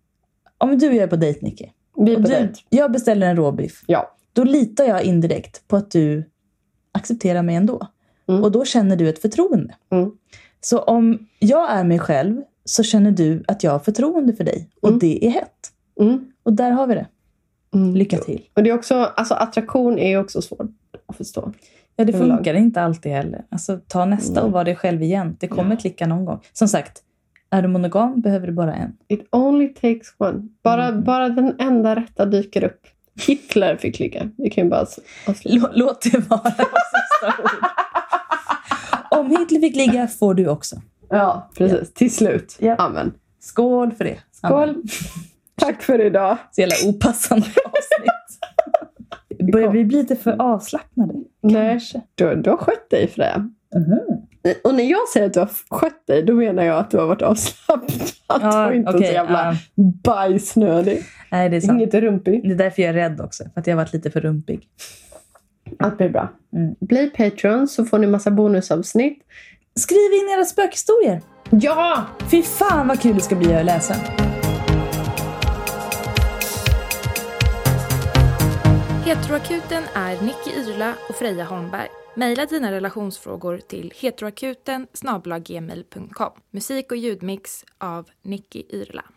Om du och jag är på dejt, Nicky. Jag beställer en råbiff. Ja. Då litar jag indirekt på att du accepterar mig ändå. Och då känner du ett förtroende. Så om jag är mig själv så känner du att jag har förtroende för dig. Och det är hett. Och där har vi det. Lycka till. Och det är också, alltså attraktion är också svårt att förstå. Ja, det funkar inte alltid heller. Alltså, ta nästa och var dig själv igen. Det kommer klicka någon gång. Som sagt, är du monogam behöver du bara en. It only takes one. Bara den enda rätta dyker upp. Hitler fick ligga. Vi kan ju bara låt det vara sista ord. Om Hitler fick ligga får du också. Ja, precis. Ja. Till slut. Ja. Amen. Skål för det. Skål. Amen. Tack för idag. Så jävla opassande avsnitt. Börjar vi bli lite för avslappnade? Nej, du har skött dig för det. Och när jag säger att du har skött dig, då menar jag att du har varit avslappnad och inte så jävla bajsnödig. Nej, det är sant. Inget rumpig. Det är därför jag är rädd också, för att jag har varit lite för rumpig. Allt blir bra. Bli Patreon så får ni massa bonusavsnitt. Skriv in era spökhistorier. Ja! Fy fan vad kul det ska bli att läsa. Heteroakuten är Nicky Irla och Freja Holmberg. Maila dina relationsfrågor till heteroakuten@gmail.com. Musik och ljudmix av Nicky Irla.